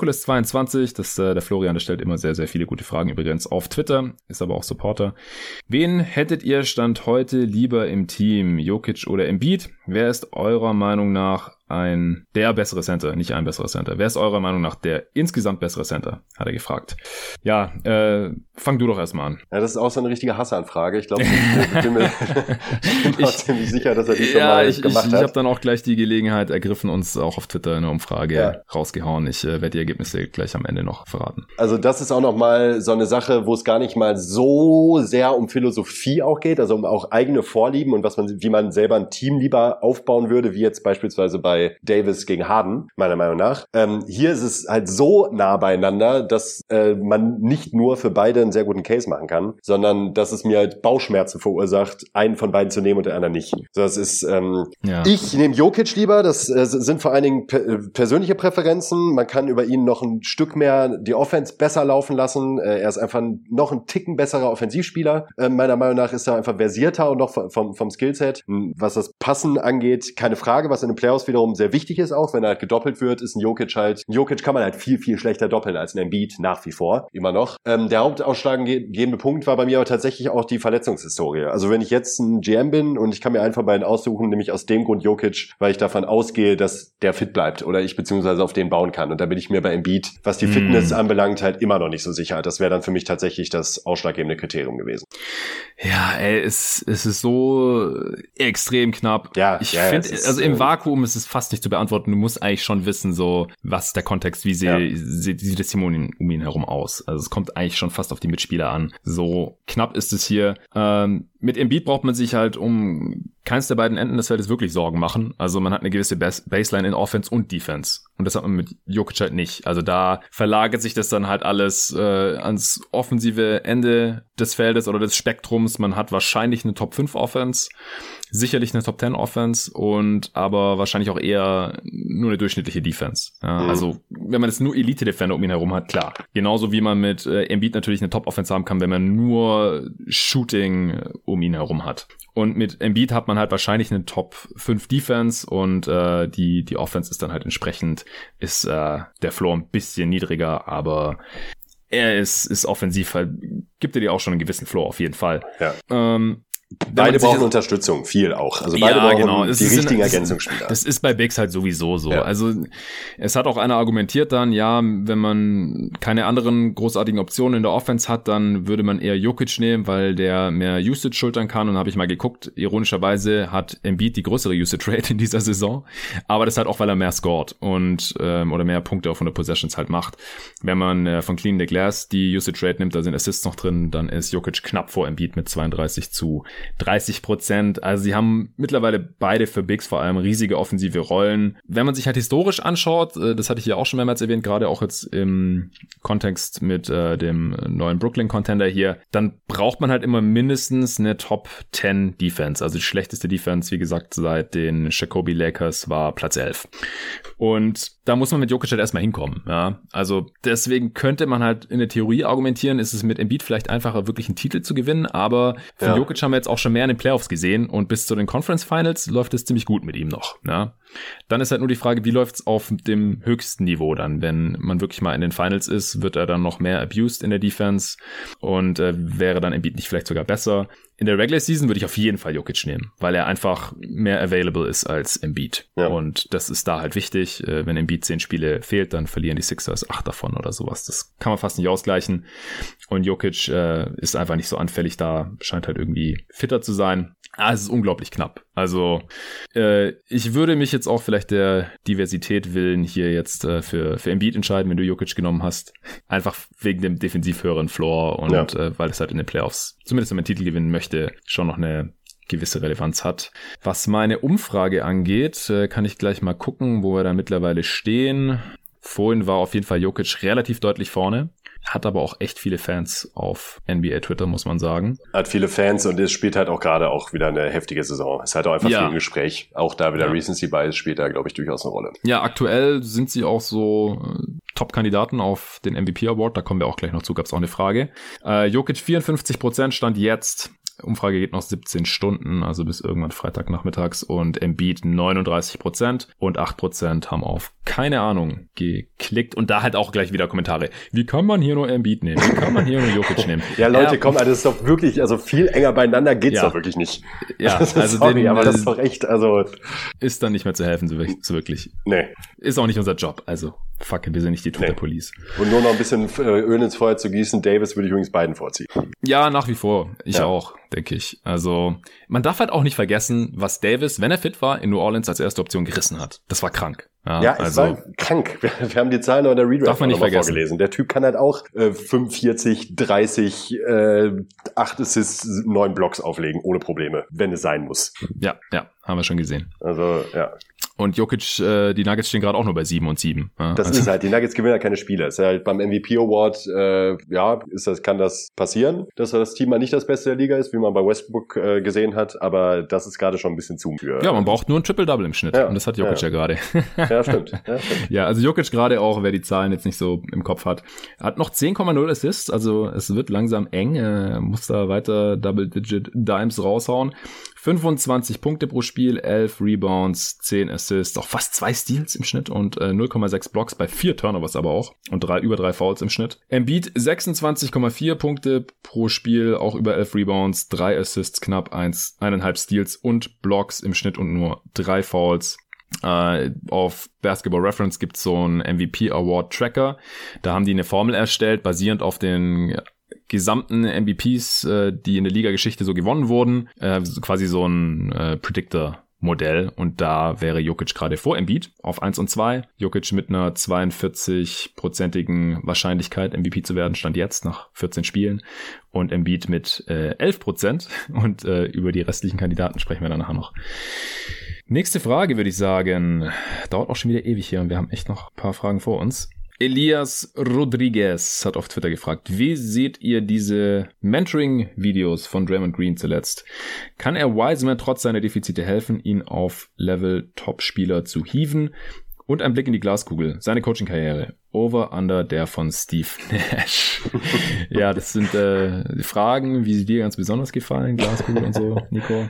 @Dirkules22, der Florian, der stellt immer sehr, sehr viele gute Fragen übrigens auf Twitter, ist aber auch Supporter. Wen hättet ihr Stand heute lieber im Team, Jokic oder Embiid? Wer ist eurer Meinung nach der bessere Center, nicht ein besserer Center? Wer ist eurer Meinung nach der insgesamt bessere Center? Hat er gefragt. Ja, fang du doch erstmal an. Ja, das ist auch so eine richtige Hassanfrage. Ich glaube, ich bin mir ziemlich sicher, dass er die schon mal gemacht hat. Ich habe dann auch gleich die Gelegenheit ergriffen, uns auch auf Twitter eine Umfrage rausgehauen. Ich werde die Ergebnisse gleich am Ende noch verraten. Also das ist auch noch mal so eine Sache, wo es gar nicht mal so sehr um Philosophie auch geht, also um auch eigene Vorlieben und wie man selber ein Team lieber aufbauen würde, wie jetzt beispielsweise bei Davis gegen Harden, meiner Meinung nach. Hier ist es halt so nah beieinander, dass man nicht nur für beide einen sehr guten Case machen kann, sondern dass es mir halt Bauchschmerzen verursacht, einen von beiden zu nehmen und den anderen nicht. So, das ist ich nehme Jokic lieber, das sind vor allen Dingen persönliche Präferenzen. Man kann über ihn noch ein Stück mehr die Offense besser laufen lassen. Er ist einfach noch ein Ticken besserer Offensivspieler. Meiner Meinung nach ist er einfach versierter und noch vom Skillset. Was das Passen angeht, keine Frage, was in den Playoffs wiederum sehr wichtig ist auch, wenn er halt gedoppelt wird, ist ein Jokic kann man halt viel, viel schlechter doppeln als ein Embiid, nach wie vor, immer noch. Der hauptausschlaggebende Punkt war bei mir aber tatsächlich auch die Verletzungshistorie. Also wenn ich jetzt ein GM bin und ich kann mir einen von beiden aussuchen, nämlich aus dem Grund Jokic, weil ich davon ausgehe, dass der fit bleibt oder ich beziehungsweise auf den bauen kann. Und da bin ich mir bei Embiid, was die Fitness anbelangt, halt immer noch nicht so sicher. Das wäre dann für mich tatsächlich das ausschlaggebende Kriterium gewesen. Ja, es ist so extrem knapp. Ja, ich finde, also im Vakuum ist es fast nicht zu beantworten. Du musst eigentlich schon wissen, so, was ist der Kontext, wie sieht das Team um ihn herum aus. Also es kommt eigentlich schon fast auf die Mitspieler an. So knapp ist es hier. Mit Embiid braucht man sich halt um keins der beiden Enden des Feldes wirklich Sorgen machen. Also man hat eine gewisse Baseline in Offense und Defense. Und das hat man mit Jokic halt nicht. Also da verlagert sich das dann halt alles ans offensive Ende des Feldes oder des Spektrums. Man hat wahrscheinlich eine Top 5 Offense, sicherlich eine Top 10 Offense und aber wahrscheinlich auch eher nur eine durchschnittliche Defense. Ja, also wenn man jetzt nur Elite-Defender um ihn herum hat, klar. Genauso wie man mit Embiid natürlich eine Top-Offense haben kann, wenn man nur Shooting um ihn herum hat. Und mit Embiid hat man halt wahrscheinlich eine Top 5 Defense und die Offense ist dann halt entsprechend, ist der Floor ein bisschen niedriger, aber er ist offensiv halt, gibt er dir auch schon einen gewissen Floor auf jeden Fall. Ja. Beide brauchen Unterstützung, viel auch. Also beide brauchen die richtigen Ergänzungsspieler. Das ist bei Bigs halt sowieso so. Ja. Also es hat auch einer argumentiert dann, ja, wenn man keine anderen großartigen Optionen in der Offense hat, dann würde man eher Jokic nehmen, weil der mehr Usage schultern kann. Und dann habe ich mal geguckt, ironischerweise hat Embiid die größere Usage Rate in dieser Saison. Aber das halt auch, weil er mehr scored und oder mehr Punkte auf 100 Possessions halt macht. Wenn man von Clean the Glass die Usage Rate nimmt, da sind Assists noch drin, dann ist Jokic knapp vor Embiid mit 32-30%. Also sie haben mittlerweile beide für Bigs vor allem riesige offensive Rollen. Wenn man sich halt historisch anschaut, das hatte ich ja auch schon mehrmals erwähnt, gerade auch jetzt im Kontext mit dem neuen Brooklyn-Contender hier, dann braucht man halt immer mindestens eine Top 10 Defense. Also die schlechteste Defense, wie gesagt, seit den Jacoby Lakers war Platz 11. Und da muss man mit Jokic halt erstmal hinkommen. Ja? Also deswegen könnte man halt in der Theorie argumentieren, ist es mit Embiid vielleicht einfacher, wirklich einen Titel zu gewinnen, aber von Jokic haben wir jetzt auch schon mehr in den Playoffs gesehen und bis zu den Conference Finals läuft es ziemlich gut mit ihm noch. Ja? Dann ist halt nur die Frage, wie läuft's auf dem höchsten Niveau dann? Wenn man wirklich mal in den Finals ist, wird er dann noch mehr abused in der Defense und wäre dann Embiid nicht vielleicht sogar besser? In der Regular Season würde ich auf jeden Fall Jokic nehmen, weil er einfach mehr available ist als Embiid. Ja. Und das ist da halt wichtig. Wenn Embiid 10 Spiele fehlt, dann verlieren die Sixers 8 davon oder sowas. Das kann man fast nicht ausgleichen. Und Jokic ist einfach nicht so anfällig da, scheint halt irgendwie fitter zu sein. Es ist unglaublich knapp. Also ich würde mich jetzt auch vielleicht der Diversität willen hier jetzt für Embiid entscheiden, wenn du Jokic genommen hast. Einfach wegen dem defensiv höheren Floor und weil es halt in den Playoffs, zumindest wenn man Titel gewinnen möchte, schon noch eine gewisse Relevanz hat. Was meine Umfrage angeht, kann ich gleich mal gucken, wo wir da mittlerweile stehen. Vorhin war auf jeden Fall Jokic relativ deutlich vorne. Hat aber auch echt viele Fans auf NBA Twitter, muss man sagen. Hat viele Fans und es spielt halt auch gerade auch wieder eine heftige Saison. Es hat auch einfach viel im Gespräch. Auch da wieder Recency Bias spielt da, glaube ich, durchaus eine Rolle. Ja, aktuell sind sie auch so Top-Kandidaten auf den MVP Award. Da kommen wir auch gleich noch zu, gab es auch eine Frage. Jokic 54% stand jetzt. Umfrage geht noch 17 Stunden, also bis irgendwann Freitagnachmittags und Embiid 39% und 8% haben auf keine Ahnung geklickt und da halt auch gleich wieder Kommentare. Wie kann man hier nur Embiid nehmen? Wie kann man hier nur Jokic nehmen? Ja, Leute, komm, das ist doch wirklich, also viel enger beieinander geht's doch wirklich nicht. Ja, also sorry, aber das ist doch echt, also ist dann nicht mehr zu helfen, so wirklich. Nee. Ist auch nicht unser Job, also fuck, wir sind nicht die Twitter-Police. Und nur noch ein bisschen Öl ins Feuer zu gießen, Davis würde ich übrigens beiden vorziehen. Ja, nach wie vor. Ich auch, denke ich. Also, man darf halt auch nicht vergessen, was Davis, wenn er fit war, in New Orleans als erste Option gerissen hat. Das war krank. Ja, es war krank. Wir haben die Zahlen noch in der Redraft vorgelesen. Der Typ kann halt auch 45, 30, 8 Assists, 9 Blocks auflegen, ohne Probleme, wenn es sein muss. Ja, haben wir schon gesehen. Also, Und Jokic, die Nuggets stehen gerade auch nur bei 7-7. Ja, das ist halt, die Nuggets gewinnen ja keine Spiele. Ist halt beim MVP Award, kann das passieren, dass das Team mal nicht das Beste der Liga ist, wie man bei Westbrook gesehen hat, aber das ist gerade schon ein bisschen zu für. Ja, man braucht nur ein Triple-Double im Schnitt und das hat Jokic ja gerade. Ja, stimmt. Ja, also Jokic gerade auch, wer die Zahlen jetzt nicht so im Kopf hat, hat noch 10,0 Assists, also es wird langsam eng, muss da weiter Double-Digit Dimes raushauen. 25 Punkte pro Spiel, 11 Rebounds, 10 Assists, auch fast 2 Steals im Schnitt und 0,6 Blocks bei 4 Turnovers aber auch und über 3 Fouls im Schnitt. Embiid 26,4 Punkte pro Spiel, auch über 11 Rebounds, 3 Assists, knapp 1,5 Steals und Blocks im Schnitt und nur 3 Fouls. Auf Basketball Reference gibt's so einen MVP Award Tracker. Da haben die eine Formel erstellt, basierend auf den gesamten MVPs, die in der Liga-Geschichte so gewonnen wurden, quasi so ein Predictor Modell und da wäre Jokic gerade vor Embiid auf 1 und 2. Jokic mit einer 42%igen Wahrscheinlichkeit MVP zu werden, stand jetzt nach 14 Spielen und Embiid mit 11% und über die restlichen Kandidaten sprechen wir dann nachher noch. Nächste Frage würde ich sagen, dauert auch schon wieder ewig hier und wir haben echt noch ein paar Fragen vor uns. Elias Rodriguez hat auf Twitter gefragt, wie seht ihr diese Mentoring-Videos von Draymond Green zuletzt? Kann er Wiseman trotz seiner Defizite helfen, ihn auf Level Top-Spieler zu hieven? Und ein Blick in die Glaskugel, seine Coaching-Karriere. Over, under der von Steve Nash. Ja, das sind die Fragen, wie sie dir ganz besonders gefallen, Glaskugel und so, Nico.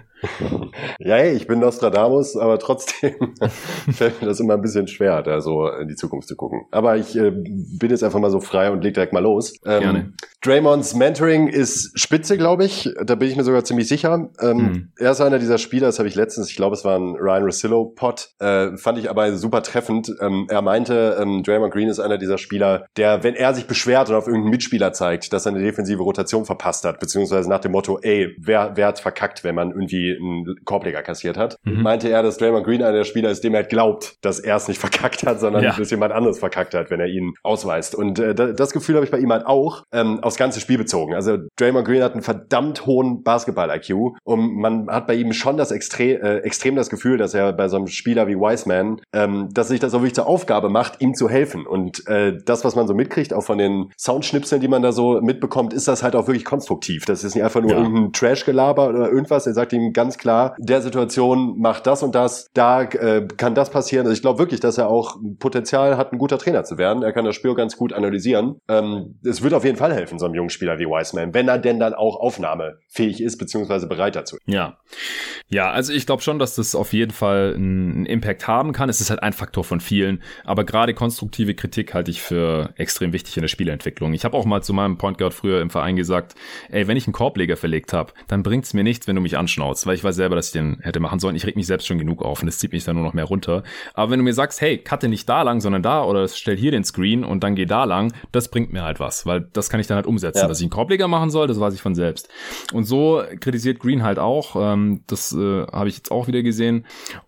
Ja, hey, ich bin Nostradamus, aber trotzdem fällt mir das immer ein bisschen schwer, da so in die Zukunft zu gucken. Aber ich bin jetzt einfach mal so frei und leg direkt mal los. Gerne. Draymonds Mentoring ist spitze, glaube ich. Da bin ich mir sogar ziemlich sicher. Er ist einer dieser Spieler, das habe ich letztens, ich glaube, es war ein Ryan Russillo-Pod, fand ich aber super treffend. Er meinte, Draymond Green ist einer dieser Spieler, der, wenn er sich beschwert und auf irgendeinen Mitspieler zeigt, dass er eine defensive Rotation verpasst hat, beziehungsweise nach dem Motto, ey, wer hat's verkackt, wenn man irgendwie einen Korbleger kassiert hat, meinte er, dass Draymond Green einer der Spieler ist, dem er halt glaubt, dass er es nicht verkackt hat, sondern dass jemand anderes verkackt hat, wenn er ihn ausweist. Und das Gefühl habe ich bei ihm halt auch aufs ganze Spiel bezogen. Also Draymond Green hat einen verdammt hohen Basketball-IQ und man hat bei ihm schon das extrem das Gefühl, dass er bei so einem Spieler wie Wiseman, dass sich das auch wirklich zur Aufgabe macht, ihm zu helfen. Und das, was man so mitkriegt, auch von den Soundschnipseln, die man da so mitbekommt, ist das halt auch wirklich konstruktiv. Das ist nicht einfach nur irgendein Trash-Gelaber oder irgendwas. Er sagt ihm ganz klar, der Situation macht das und das, da kann das passieren. Also ich glaube wirklich, dass er auch Potenzial hat, ein guter Trainer zu werden. Er kann das Spiel ganz gut analysieren. Es wird auf jeden Fall helfen, so einem jungen Spieler wie Wiseman, wenn er denn dann auch aufnahmefähig ist, beziehungsweise bereit dazu. Ja, also ich glaube schon, dass das auf jeden Fall einen Impact haben kann. Es ist halt ein Faktor von vielen, aber gerade konstruktive Kritik halte ich für extrem wichtig in der Spielentwicklung. Ich habe auch mal zu meinem Point Guard früher im Verein gesagt, ey, wenn ich einen Korbleger verlegt habe, dann bringt's mir nichts, wenn du mich anschnauzt, weil ich weiß selber, dass ich den hätte machen sollen. Ich reg mich selbst schon genug auf und es zieht mich dann nur noch mehr runter. Aber wenn du mir sagst, hey, cutte nicht da lang, sondern da oder stell hier den Screen und dann geh da lang, das bringt mir halt was, weil das kann ich dann halt umsetzen. Ja. Dass ich einen Korbleger machen soll, das weiß ich von selbst. Und so kritisiert Green halt auch. Das habe ich jetzt auch wieder gesehen.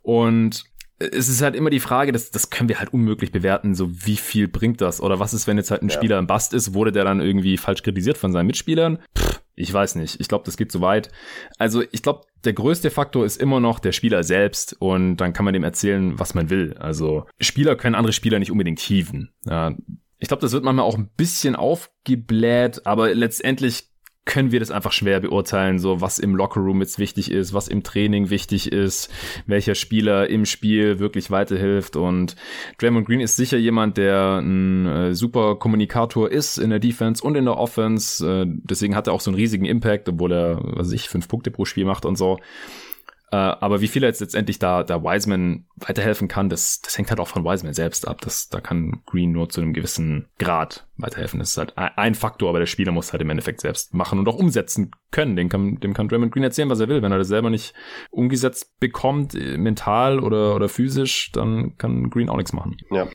Und es ist halt immer die Frage, das können wir halt unmöglich bewerten, so wie viel bringt das? Oder was ist, wenn jetzt halt ein Spieler im Bust ist, wurde der dann irgendwie falsch kritisiert von seinen Mitspielern? Ich weiß nicht. Ich glaube, das geht zu weit. Also ich glaube, der größte Faktor ist immer noch der Spieler selbst und dann kann man dem erzählen, was man will. Also Spieler können andere Spieler nicht unbedingt hieven. Ja, ich glaube, das wird manchmal auch ein bisschen aufgebläht, aber letztendlich können wir das einfach schwer beurteilen, so was im Lockerroom jetzt wichtig ist, was im Training wichtig ist, welcher Spieler im Spiel wirklich weiterhilft. Und Draymond Green ist sicher jemand, der ein super Kommunikator ist in der Defense und in der Offense. Deswegen hat er auch so einen riesigen Impact, obwohl er, 5 Punkte pro Spiel macht und so. Aber wie viel er jetzt letztendlich da Wiseman weiterhelfen kann, das hängt halt auch von Wiseman selbst ab. Da kann Green nur zu einem gewissen Grad weiterhelfen. Das ist halt ein Faktor, aber der Spieler muss halt im Endeffekt selbst machen und auch umsetzen können. Dem kann Draymond Green erzählen, was er will. Wenn er das selber nicht umgesetzt bekommt, mental oder physisch, dann kann Green auch nichts machen.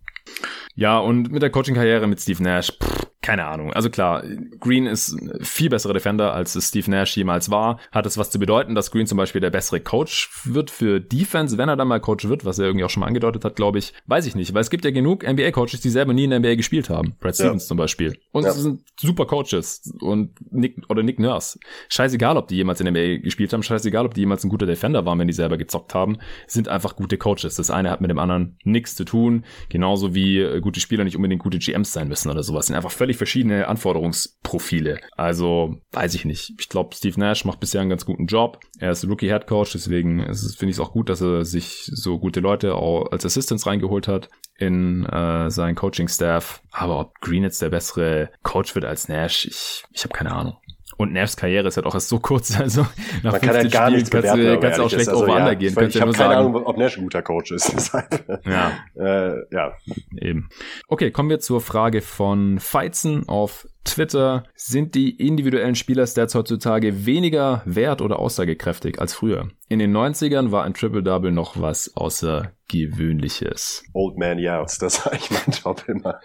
Ja, und mit der Coaching-Karriere mit Steve Nash, keine Ahnung. Also klar, Green ist ein viel besserer Defender, als es Steve Nash jemals war. Hat es was zu bedeuten, dass Green zum Beispiel der bessere Coach wird für Defense, wenn er dann mal Coach wird, was er irgendwie auch schon mal angedeutet hat, glaube ich. Weiß ich nicht, weil es gibt ja genug NBA-Coaches, die selber nie in der NBA gespielt haben. Brad Stevens zum Beispiel. Und es sind super Coaches. Und Nick Nurse. Scheißegal, ob die jemals in der NBA gespielt haben. Scheißegal, ob die jemals ein guter Defender waren, wenn die selber gezockt haben. Sind einfach gute Coaches. Das eine hat mit dem anderen nichts zu tun. Genauso wie gute Spieler nicht unbedingt gute GMs sein müssen oder sowas. Sind einfach völlig verschiedene Anforderungsprofile. Also, weiß ich nicht. Ich glaube, Steve Nash macht bisher einen ganz guten Job. Er ist Rookie-Head-Coach, deswegen finde ich es auch gut, dass er sich so gute Leute auch als Assistants reingeholt hat in seinen Coaching-Staff. Aber ob Green jetzt der bessere Coach wird als Nash, ich habe keine Ahnung. Und Nashs Karriere ist halt auch erst so kurz, also nach man kann halt gar nichts bewerten, kannst du auch schlecht over-under gehen. Ich habe keine Ahnung, ob Nash ein guter Coach ist. Ja. Eben. Okay, kommen wir zur Frage von Feizen auf Twitter, sind die individuellen Spieler-Stats heutzutage weniger wert oder aussagekräftig als früher? In den 90ern war ein Triple-Double noch was Außergewöhnliches. Old Man Yells, das sage ich meinen Job immer.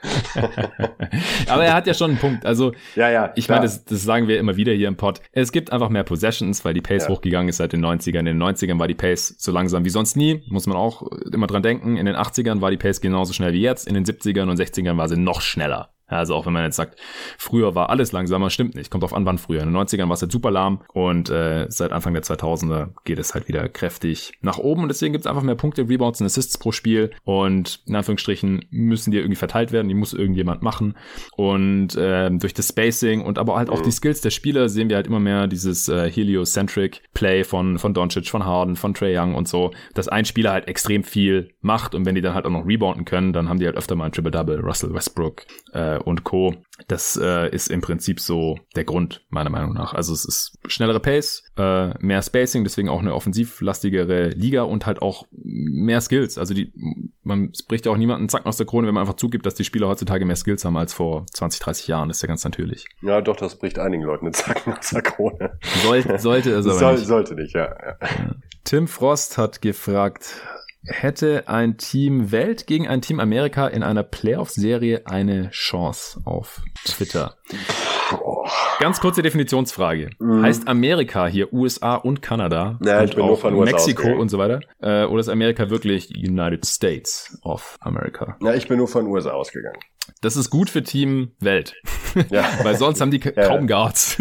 Aber er hat ja schon einen Punkt. Also, ja, ich meine, das sagen wir immer wieder hier im Pod. Es gibt einfach mehr Possessions, weil die Pace hochgegangen ist seit den 90ern. In den 90ern war die Pace so langsam wie sonst nie. Muss man auch immer dran denken. In den 80ern war die Pace genauso schnell wie jetzt. In den 70ern und 60ern war sie noch schneller. Also auch wenn man jetzt sagt, früher war alles langsamer, stimmt nicht. Kommt auf an, wann früher. In den 90ern war es halt super lahm und seit Anfang der 2000er geht es halt wieder kräftig nach oben und deswegen gibt es einfach mehr Punkte, Rebounds und Assists pro Spiel und in Anführungsstrichen müssen die irgendwie verteilt werden, die muss irgendjemand machen und durch das Spacing und aber halt auch die Skills der Spieler sehen wir halt immer mehr dieses heliocentric Play von Doncic, von Harden, von Trae Young und so, dass ein Spieler halt extrem viel macht und wenn die dann halt auch noch rebounden können, dann haben die halt öfter mal ein Triple-Double, Russell Westbrook und Co. Das ist im Prinzip so der Grund, meiner Meinung nach. Also es ist schnellere Pace, mehr Spacing, deswegen auch eine offensivlastigere Liga und halt auch mehr Skills. Also es bricht ja auch niemanden Zacken aus der Krone, wenn man einfach zugibt, dass die Spieler heutzutage mehr Skills haben als vor 20, 30 Jahren. Das ist ja ganz natürlich. Ja, doch, das bricht einigen Leuten einen Zacken aus der Krone. Sollte es aber nicht. Sollte nicht, ja. Tim Frost hat gefragt, hätte ein Team Welt gegen ein Team Amerika in einer Playoff-Serie eine Chance auf Twitter? Ganz kurze Definitionsfrage. Heißt Amerika hier USA und Kanada? Ja, ich bin nur von USA Mexiko ausgegangen. Und so weiter? Oder ist Amerika wirklich United States of America? Ja, ich bin nur von USA ausgegangen. Das ist gut für Team Welt. Ja. Weil sonst haben die kaum Guards.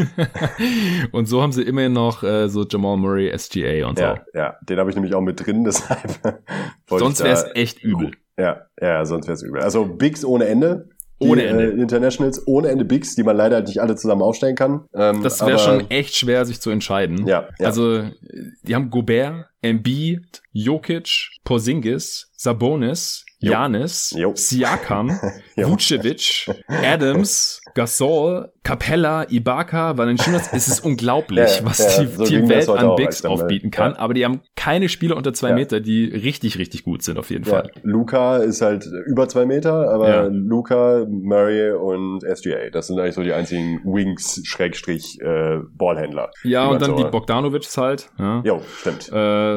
Und so haben sie immerhin noch so Jamal Murray, SGA und so. Ja, den habe ich nämlich auch mit drin, deshalb. Sonst wäre es echt übel. Ja, sonst wäre es übel. Also Bigs ohne Ende. Ohne Ende. Internationals ohne Ende Bigs, die man leider nicht alle zusammen aufstellen kann. Das wäre schon echt schwer, sich zu entscheiden. Ja. Also, die haben Gobert, Embiid, Jokic, Porzingis, Sabonis, Giannis, Siakam, Vucevic, Adams, Gasol, Capella, Ibaka, Valanciunas. Es ist unglaublich, was die so Team Welt an auch, Bigs aufbieten kann. Aber die haben keine Spieler unter 2 Meter, die richtig, richtig gut sind auf jeden Fall. Luka ist halt über 2 Meter, aber Luka, Murray und SGA, das sind eigentlich so die einzigen Wings, Ballhändler. Ja, und dann die Bogdanovics halt. Ja, stimmt.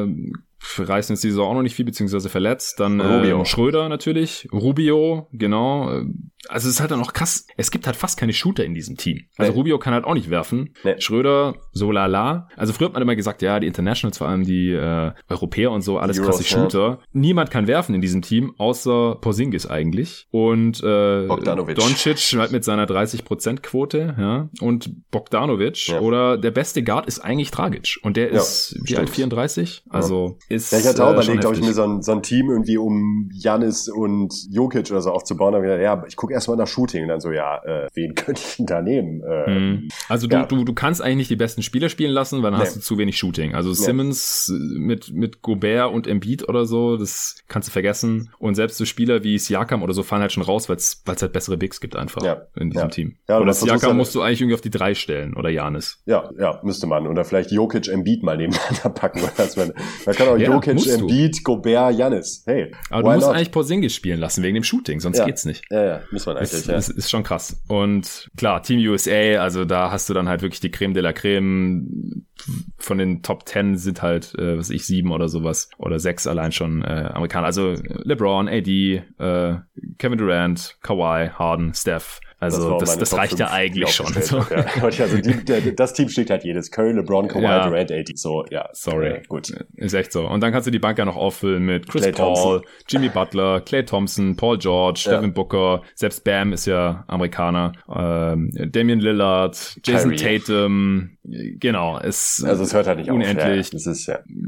Reißen jetzt die Saison auch noch nicht viel, beziehungsweise verletzt. Dann Rubio. Schröder natürlich. Rubio, genau. Also es ist halt dann auch krass. Es gibt halt fast keine Shooter in diesem Team. Also Rubio kann halt auch nicht werfen. Schröder, so lala. Also früher hat man immer gesagt, ja, die Internationals, vor allem die Europäer und so, alles krasse Shooter. Niemand kann werfen in diesem Team, außer Porzingis eigentlich. Und Bogdanovic. Doncic halt mit seiner 30% Quote, ja. Und Bogdanovic oder der beste Guard ist eigentlich Dragic. Und der ist wie alt, 34? Also ist ich hatte auch überlegt, ob ich heftig. mir so ein Team irgendwie um Giannis und Jokic oder so aufzubauen. Aber ich gucke erstmal nach Shooting und dann so, wen könnte ich denn da nehmen? Also du kannst eigentlich nicht die besten Spieler spielen lassen, weil dann hast du zu wenig Shooting. Also Simmons mit Gobert und Embiid oder so, das kannst du vergessen. Und selbst so Spieler wie Siakam oder so fallen halt schon raus, weil es halt bessere Bigs gibt einfach in diesem Team. Ja, oder Siakam musst du eigentlich irgendwie auf die 3 stellen oder Giannis. Ja, müsste man. Oder vielleicht Jokic, Embiid mal nebeneinander packen. Man kann auch Jokic, Embiid, Gobert, Giannis. Hey, aber du musst eigentlich Porzingis spielen lassen wegen dem Shooting, sonst geht's nicht. Ja, muss man eigentlich. Das ist schon krass. Und klar, Team USA, also da hast du dann halt wirklich die Creme de la Creme. Von den Top 10 sind halt, 7 oder sowas. Oder 6 allein schon Amerikaner. Also LeBron, AD, Kevin Durant, Kawhi, Harden, Steph. Also das reicht ja eigentlich schon. So. Also das Team schlägt halt jedes. Curry, LeBron, Kawhi, Durant, AD. So, sorry. Gut. Ist echt so. Und dann kannst du die Bank ja noch auffüllen mit Chris Paul, Jimmy Butler, Klay Thompson, Paul George, Devin Booker, selbst Bam ist ja Amerikaner, Damian Lillard, Jason Tatum, genau. Also es hört halt nicht unendlich. auf. Das ist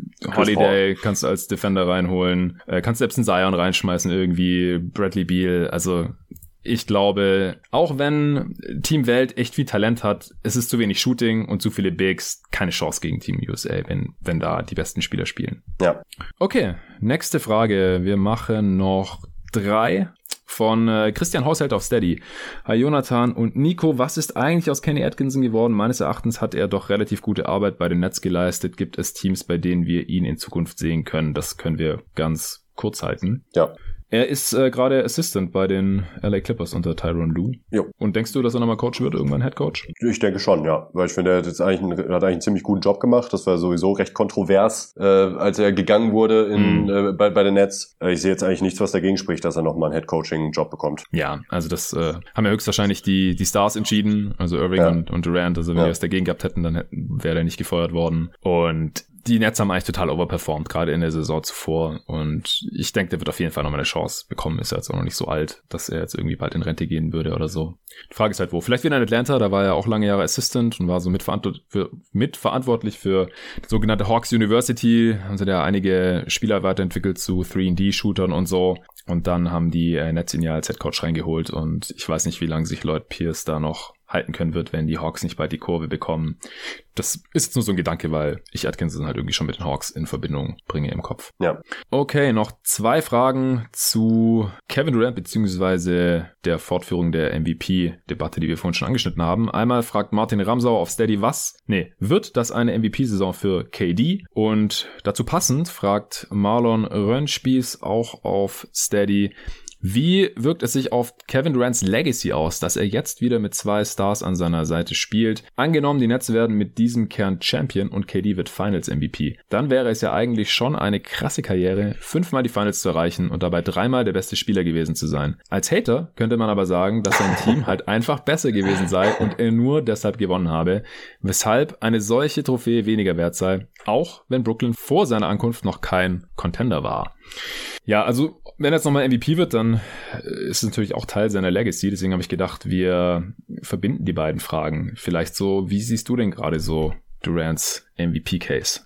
Holiday kannst du als Defender reinholen, kannst selbst einen Zion reinschmeißen irgendwie, Bradley Beal, also ich glaube, auch wenn Team Welt echt viel Talent hat, es ist zu wenig Shooting und zu viele Bigs, keine Chance gegen Team USA, wenn da die besten Spieler spielen. Ja. Okay, nächste Frage. Wir machen noch 3 von Christian Hausheld auf Steady. Hi Jonathan und Nico, was ist eigentlich aus Kenny Atkinson geworden? Meines Erachtens hat er doch relativ gute Arbeit bei den Nets geleistet. Gibt es Teams, bei denen wir ihn in Zukunft sehen können? Das können wir ganz kurz halten. Ja. Er ist gerade Assistant bei den LA Clippers unter Tyronn Lue. Jo. Und denkst du, dass er nochmal Coach wird, irgendwann Head Coach? Ich denke schon, ja. Weil ich finde, er hat eigentlich einen ziemlich guten Job gemacht. Das war sowieso recht kontrovers, als er gegangen wurde bei den Nets. Ich sehe jetzt eigentlich nichts, was dagegen spricht, dass er nochmal einen Head-Coaching-Job bekommt. Ja, also das haben ja höchstwahrscheinlich die Stars entschieden, also Irving und Durant. Also wenn die was dagegen gehabt hätten, dann wäre er nicht gefeuert worden. Und die Nets haben eigentlich total overperformed, gerade in der Saison zuvor. Und ich denke, der wird auf jeden Fall nochmal eine Chance bekommen. Ist ja jetzt auch noch nicht so alt, dass er jetzt irgendwie bald in Rente gehen würde oder so. Die Frage ist halt, wo? Vielleicht wieder in Atlanta, da war er auch lange Jahre Assistant und war so mitverantwortlich für die sogenannte Hawks University. Haben sie da einige Spieler weiterentwickelt zu 3&D-Shootern und so. Und dann haben die Nets ihn ja als Headcoach reingeholt. Und ich weiß nicht, wie lange sich Lloyd Pierce da noch halten können wird, wenn die Hawks nicht bald die Kurve bekommen. Das ist jetzt nur so ein Gedanke, weil ich Atkinson halt irgendwie schon mit den Hawks in Verbindung bringe im Kopf. Ja. Okay, noch 2 Fragen zu Kevin Durant beziehungsweise der Fortführung der MVP-Debatte, die wir vorhin schon angeschnitten haben. Einmal fragt Martin Ramsauer auf Steady, wird das eine MVP-Saison für KD? Und dazu passend fragt Marlon Rönnspieß auch auf Steady, wie wirkt es sich auf Kevin Durants Legacy aus, dass er jetzt wieder mit 2 Stars an seiner Seite spielt? Angenommen, die Nets werden mit diesem Kern Champion und KD wird Finals MVP. Dann wäre es ja eigentlich schon eine krasse Karriere, 5-mal die Finals zu erreichen und dabei 3-mal der beste Spieler gewesen zu sein. Als Hater könnte man aber sagen, dass sein Team halt einfach besser gewesen sei und er nur deshalb gewonnen habe, weshalb eine solche Trophäe weniger wert sei, auch wenn Brooklyn vor seiner Ankunft noch kein Contender war. Ja, also wenn er jetzt nochmal MVP wird, dann ist es natürlich auch Teil seiner Legacy. Deswegen habe ich gedacht, wir verbinden die beiden Fragen. Vielleicht so, wie siehst du denn gerade so Durants MVP-Case?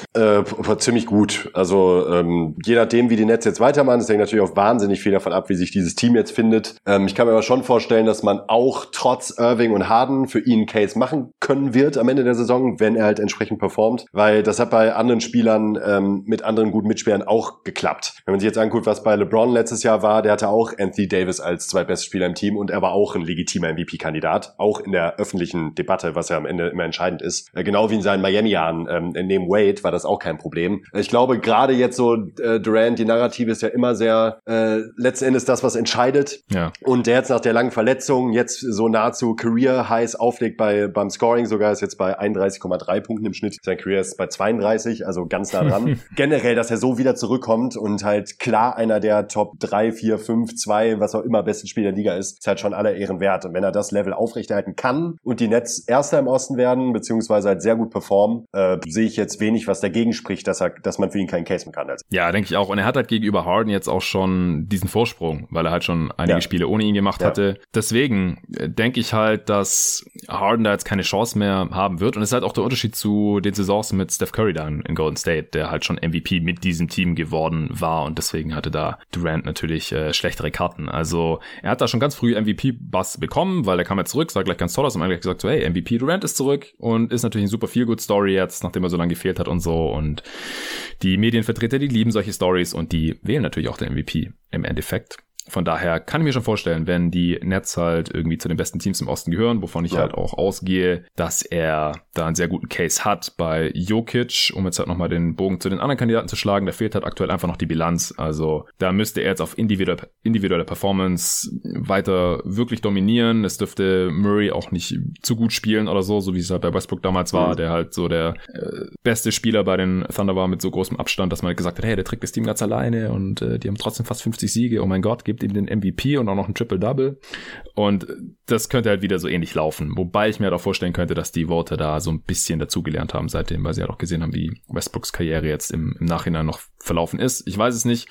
Ziemlich gut. Also je nachdem, wie die Nets jetzt weitermachen, das hängt natürlich auch wahnsinnig viel davon ab, wie sich dieses Team jetzt findet. Ich kann mir aber schon vorstellen, dass man auch trotz Irving und Harden für ihn einen Case machen können wird am Ende der Saison, wenn er halt entsprechend performt, weil das hat bei anderen Spielern mit anderen guten Mitspielern auch geklappt. Wenn man sich jetzt anguckt, was bei LeBron letztes Jahr war, der hatte auch Anthony Davis als zweitbester Spieler im Team und er war auch ein legitimer MVP-Kandidat, auch in der öffentlichen Debatte, was ja am Ende immer entscheidend ist. Genau wie in seinen Miami-Jahren neben Wade war das auch kein Problem. Ich glaube, gerade jetzt so Durant, die Narrative ist ja immer sehr letzten Endes das, was entscheidet. Ja. Und der jetzt nach der langen Verletzung jetzt so nahezu Career-Highs auflegt beim Scoring, sogar ist jetzt bei 31,3 Punkten im Schnitt. Sein Career ist bei 32, also ganz nah dran. Generell, dass er so wieder zurückkommt und halt klar einer der Top 3, 4, 5, 2, was auch immer besten Spieler der Liga ist halt schon aller Ehren wert. Und wenn er das Level aufrechterhalten kann und die Nets Erster im Osten werden, beziehungsweise halt sehr gut performen, sehe ich jetzt wenig, was dagegen spricht, dass man für ihn keinen Case machen kann. Ja, denke ich auch. Und er hat halt gegenüber Harden jetzt auch schon diesen Vorsprung, weil er halt schon einige Spiele ohne ihn gemacht hatte. Deswegen denke ich halt, dass Harden da jetzt keine Chance mehr haben wird. Und es ist halt auch der Unterschied zu den Saisons mit Steph Curry da in Golden State, der halt schon MVP mit diesem Team geworden war. Und deswegen hatte da Durant natürlich schlechtere Karten. Also er hat da schon ganz früh MVP-Bass bekommen, weil er kam jetzt zurück, sah gleich ganz toll aus und hat gleich gesagt so, hey, MVP Durant ist zurück und ist natürlich eine super Feel-Good-Story jetzt, nachdem er so lange gefehlt hat und so. Und die Medienvertreter, die lieben solche Stories und die wählen natürlich auch den MVP im Endeffekt. Von daher kann ich mir schon vorstellen, wenn die Nets halt irgendwie zu den besten Teams im Osten gehören, wovon ich halt auch ausgehe, dass er da einen sehr guten Case hat bei Jokic, um jetzt halt nochmal den Bogen zu den anderen Kandidaten zu schlagen. Da fehlt halt aktuell einfach noch die Bilanz. Also da müsste er jetzt auf individuelle Performance weiter wirklich dominieren. Es dürfte Murray auch nicht zu gut spielen oder so wie es halt bei Westbrook damals war, der halt so der beste Spieler bei den Thunder war mit so großem Abstand, dass man halt gesagt hat, hey, der trägt das Team ganz alleine und die haben trotzdem fast 50 Siege. Oh mein Gott, gibt ihm den MVP und auch noch ein Triple-Double. Und das könnte halt wieder so ähnlich laufen. Wobei ich mir halt auch vorstellen könnte, dass die Voter da so ein bisschen dazugelernt haben seitdem, weil sie halt auch gesehen haben, wie Westbrooks Karriere jetzt im Nachhinein noch verlaufen ist. Ich weiß es nicht.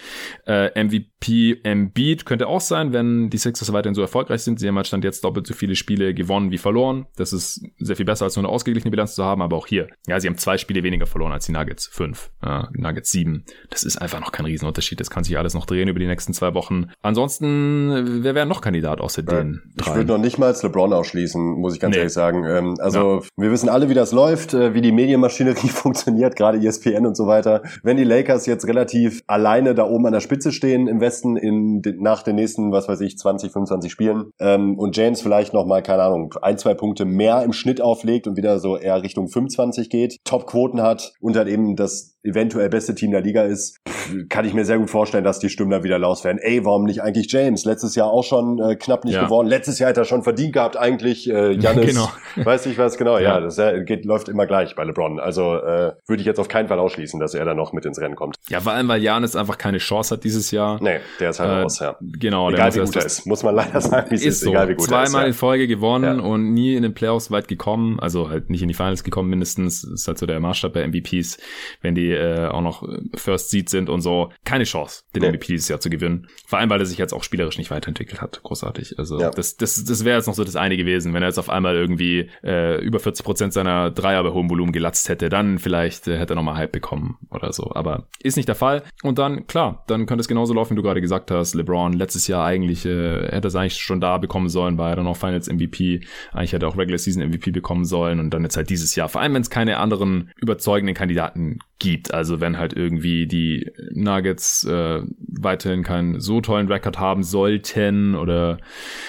MVP Embiid könnte auch sein, wenn die Sixers weiterhin so erfolgreich sind. Sie haben halt Stand jetzt doppelt so viele Spiele gewonnen wie verloren. Das ist sehr viel besser, als nur eine ausgeglichene Bilanz zu haben. Aber auch hier, ja, sie haben 2 Spiele weniger verloren als die Nuggets. 5. Nuggets 7. Das ist einfach noch kein Riesenunterschied. Das kann sich alles noch drehen über die nächsten 2 Wochen. Ansonsten, wer wäre noch Kandidat außer den 3? Ich würde noch nicht mal LeBron ausschließen, muss ich ganz ehrlich sagen. Wir wissen alle, wie das läuft, wie die Medienmaschinerie funktioniert, gerade ESPN und so weiter. Wenn die Lakers jetzt relativ alleine da oben an der Spitze stehen im Westen nach den nächsten, 20, 25 Spielen und James vielleicht noch mal, keine Ahnung, 1, 2 Punkte mehr im Schnitt auflegt und wieder so eher Richtung 25 geht, Top-Quoten hat und halt eben das eventuell beste Team der Liga ist, kann ich mir sehr gut vorstellen, dass die Stimmen da wieder los werden. Ey, warum nicht eigentlich James? Letztes Jahr auch schon knapp nicht gewonnen. Letztes Jahr hat er schon verdient gehabt eigentlich. Giannis, genau. Weiß ich was, genau. Ja, das läuft immer gleich bei LeBron. Also würde ich jetzt auf keinen Fall ausschließen, dass er da noch mit ins Rennen kommt. Ja, vor allem, weil Giannis einfach keine Chance hat dieses Jahr. Nee, der ist halt raus, ja. Genau. Egal wie gut er ist, muss man leider sagen, wie es ist. So. Egal wie gut er ist. Zweimal in Folge gewonnen und nie in den Playoffs weit gekommen. Also halt nicht in die Finals gekommen mindestens. Das ist halt so der Maßstab bei MVPs, wenn die auch noch First Seed sind und so. Keine Chance, den MVP dieses Jahr zu gewinnen. Vor allem, weil er sich jetzt auch spielerisch nicht weiterentwickelt hat. Großartig. Also das wäre jetzt noch so das eine gewesen. Wenn er jetzt auf einmal irgendwie über 40% seiner Dreier bei hohem Volumen gelatzt hätte, dann vielleicht hätte er nochmal Hype bekommen oder so. Aber ist nicht der Fall. Und dann, klar, dann könnte es genauso laufen, wie du gerade gesagt hast. LeBron letztes Jahr eigentlich, hätte es eigentlich schon da bekommen sollen, war er dann auch Finals MVP. Eigentlich hätte er auch Regular Season MVP bekommen sollen und dann jetzt halt dieses Jahr. Vor allem, wenn es keine anderen überzeugenden Kandidaten gibt. Also wenn halt irgendwie die Nuggets weiterhin keinen so tollen Rekord haben sollten oder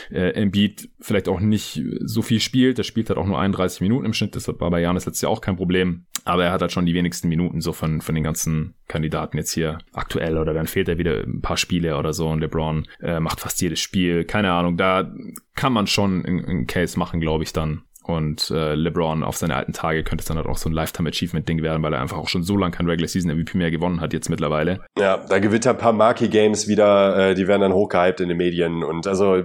Embiid vielleicht auch nicht so viel spielt. Der spielt halt auch nur 31 Minuten im Schnitt. Das war bei Giannis letztes Jahr auch kein Problem. Aber er hat halt schon die wenigsten Minuten so von den ganzen Kandidaten jetzt hier aktuell. Oder dann fehlt er wieder ein paar Spiele oder so. Und LeBron macht fast jedes Spiel. Keine Ahnung, da kann man schon einen Case machen, glaube ich, dann. Und LeBron auf seine alten Tage könnte es dann halt auch so ein Lifetime-Achievement-Ding werden, weil er einfach auch schon so lange kein Regular-Season-MVP mehr gewonnen hat jetzt mittlerweile. Ja, da gewinnt er ein paar Marquee-Games wieder, die werden dann hochgehypt in den Medien und also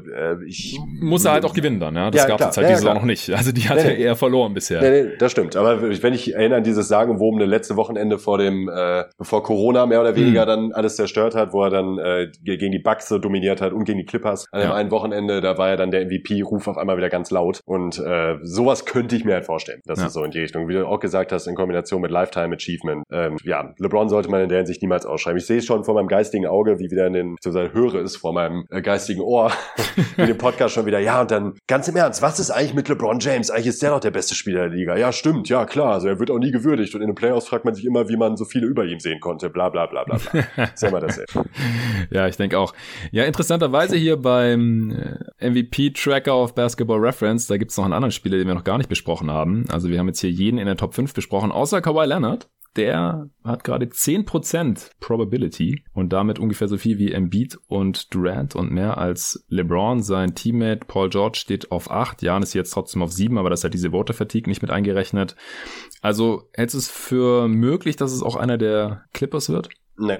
muss er halt auch gewinnen dann, ja? Das gab es jetzt halt diese Saison noch nicht. Also die hat er eher verloren bisher. Nee, das stimmt. Aber wenn ich erinnere an dieses sagenumwobene letzte Wochenende bevor Corona mehr oder weniger dann alles zerstört hat, wo er dann gegen die Bucks so dominiert hat und gegen die Clippers an dem einen Wochenende, da war ja dann der MVP-Ruf auf einmal wieder ganz laut und sowas könnte ich mir halt vorstellen. Das ist so in die Richtung. Wie du auch gesagt hast, in Kombination mit Lifetime Achievement. LeBron sollte man in der Hinsicht niemals ausschreiben. Ich sehe es schon vor meinem geistigen Auge, wie wieder höre es vor meinem geistigen Ohr mit dem Podcast schon wieder. Ja, und dann ganz im Ernst, was ist eigentlich mit LeBron James? Eigentlich ist der doch der beste Spieler der Liga. Ja, stimmt, ja, klar. Also er wird auch nie gewürdigt. Und in den Playoffs fragt man sich immer, wie man so viele über ihm sehen konnte. Bla, bla, bla, bla, bla. Ist ja immer dasselbe. Ja, ich denke auch. Ja, interessanterweise hier beim MVP-Tracker auf Basketball Reference, da gibt es noch einen anderen Spieler, den wir noch gar nicht besprochen haben. Also wir haben jetzt hier jeden in der Top 5 besprochen, außer Kawhi Leonard. Der hat gerade 10% Probability und damit ungefähr so viel wie Embiid und Durant und mehr als LeBron. Sein Teammate Paul George steht auf 8. Giannis ist jetzt trotzdem auf 7, aber das hat diese Voter Fatigue nicht mit eingerechnet. Also hältst du es für möglich, dass es auch einer der Clippers wird? Nee.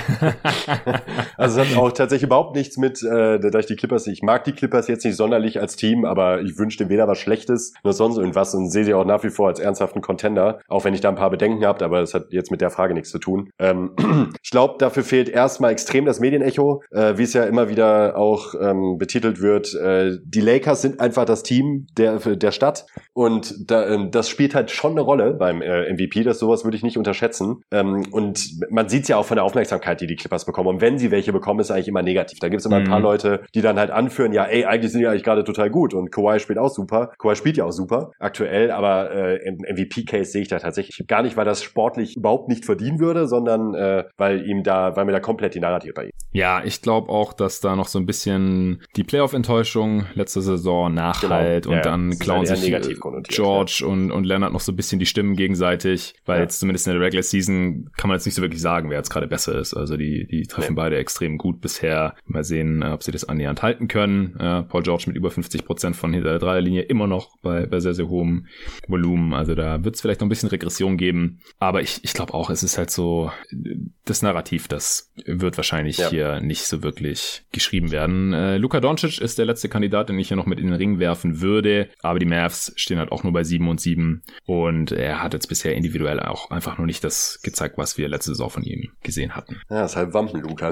Also es hat auch tatsächlich überhaupt nichts mit, dass ich mag die Clippers jetzt nicht sonderlich als Team, aber ich wünsche dem weder was Schlechtes noch sonst irgendwas und sehe sie auch nach wie vor als ernsthaften Contender, auch wenn ich da ein paar Bedenken habe, aber das hat jetzt mit der Frage nichts zu tun. Ich glaube, dafür fehlt erstmal extrem das Medienecho, wie es ja immer wieder auch betitelt wird. Die Lakers sind einfach das Team der Stadt und das spielt halt schon eine Rolle beim MVP, sowas würde ich nicht unterschätzen. Und man sieht es ja auch von der Aufmerksamkeit, die Clippers bekommen. Und wenn sie welche bekommen, ist eigentlich immer negativ. Da gibt es immer ein paar Leute, die dann halt anführen, ja, ey, eigentlich sind die eigentlich gerade total gut. Und Kawhi spielt auch super. Kawhi spielt ja auch super aktuell, aber im MVP-Case sehe ich da tatsächlich gar nicht, weil das sportlich überhaupt nicht verdienen würde, sondern weil mir da komplett die Narrative bei ihm. Ja, ich glaube auch, dass da noch so ein bisschen die Playoff-Enttäuschung letzte Saison nachhalt und dann klauen sich George und Leonard noch so ein bisschen die Stimmen gegenseitig, weil jetzt zumindest in der Regular Season kann man jetzt nicht so wirklich sagen, wer jetzt gerade besser ist. Also die treffen beide extrem gut bisher. Mal sehen, ob sie das annähernd halten können. Paul George mit über 50% von hinter der Dreierlinie immer noch bei sehr, sehr hohem Volumen. Also da wird es vielleicht noch ein bisschen Regression geben. Aber ich glaube auch, es ist halt so, das Narrativ, das wird wahrscheinlich hier nicht so wirklich geschrieben werden. Luka Doncic ist der letzte Kandidat, den ich hier noch mit in den Ring werfen würde. Aber die Mavs stehen halt auch nur bei 7-7. Und er hat jetzt bisher individuell auch einfach noch nicht das gezeigt, was wir letzte Saison von ihm gesehen hatten. Ja, das ist halt Wampenluka.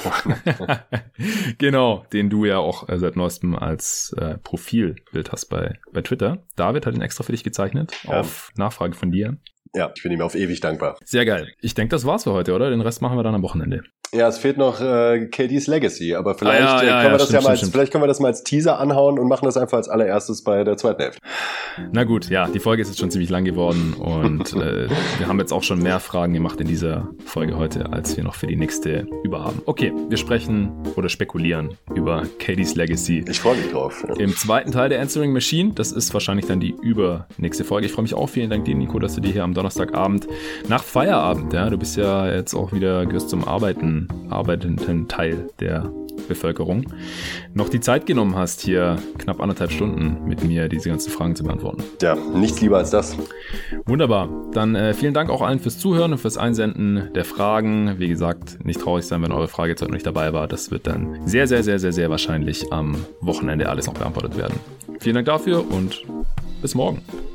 Genau, den du ja auch seit neuestem als Profilbild hast bei Twitter. David hat ihn extra für dich gezeichnet, auf Nachfrage von dir. Ja, ich bin ihm auf ewig dankbar. Sehr geil. Ich denke, das war's für heute, oder? Den Rest machen wir dann am Wochenende. Ja, es fehlt noch KD's Legacy, aber vielleicht können wir das mal als Teaser anhauen und machen das einfach als allererstes bei der zweiten Hälfte. Na gut, ja, die Folge ist jetzt schon ziemlich lang geworden und wir haben jetzt auch schon mehr Fragen gemacht in dieser Folge heute, als wir noch für die nächste über haben. Okay, wir sprechen oder spekulieren über Katie's Legacy. Ich freue mich drauf. Ja. Im zweiten Teil der Answering Machine, das ist wahrscheinlich dann die übernächste Folge. Ich freue mich auch. Vielen Dank dir, Nico, dass du dir hier am Donnerstagabend nach Feierabend, ja, du bist ja jetzt auch wieder, gehörst zum arbeitenden Teil der Bevölkerung, noch die Zeit genommen hast, hier knapp 1,5 Stunden mit mir diese ganzen Fragen zu beantworten. Ja, nichts lieber als das. Wunderbar. Dann vielen Dank auch allen fürs Zuhören und fürs Einsenden der Fragen. Wie gesagt, nicht traurig sein, wenn eure Frage jetzt heute noch nicht dabei war. Das wird dann sehr, sehr, sehr, sehr, sehr wahrscheinlich am Wochenende alles noch beantwortet werden. Vielen Dank dafür und bis morgen.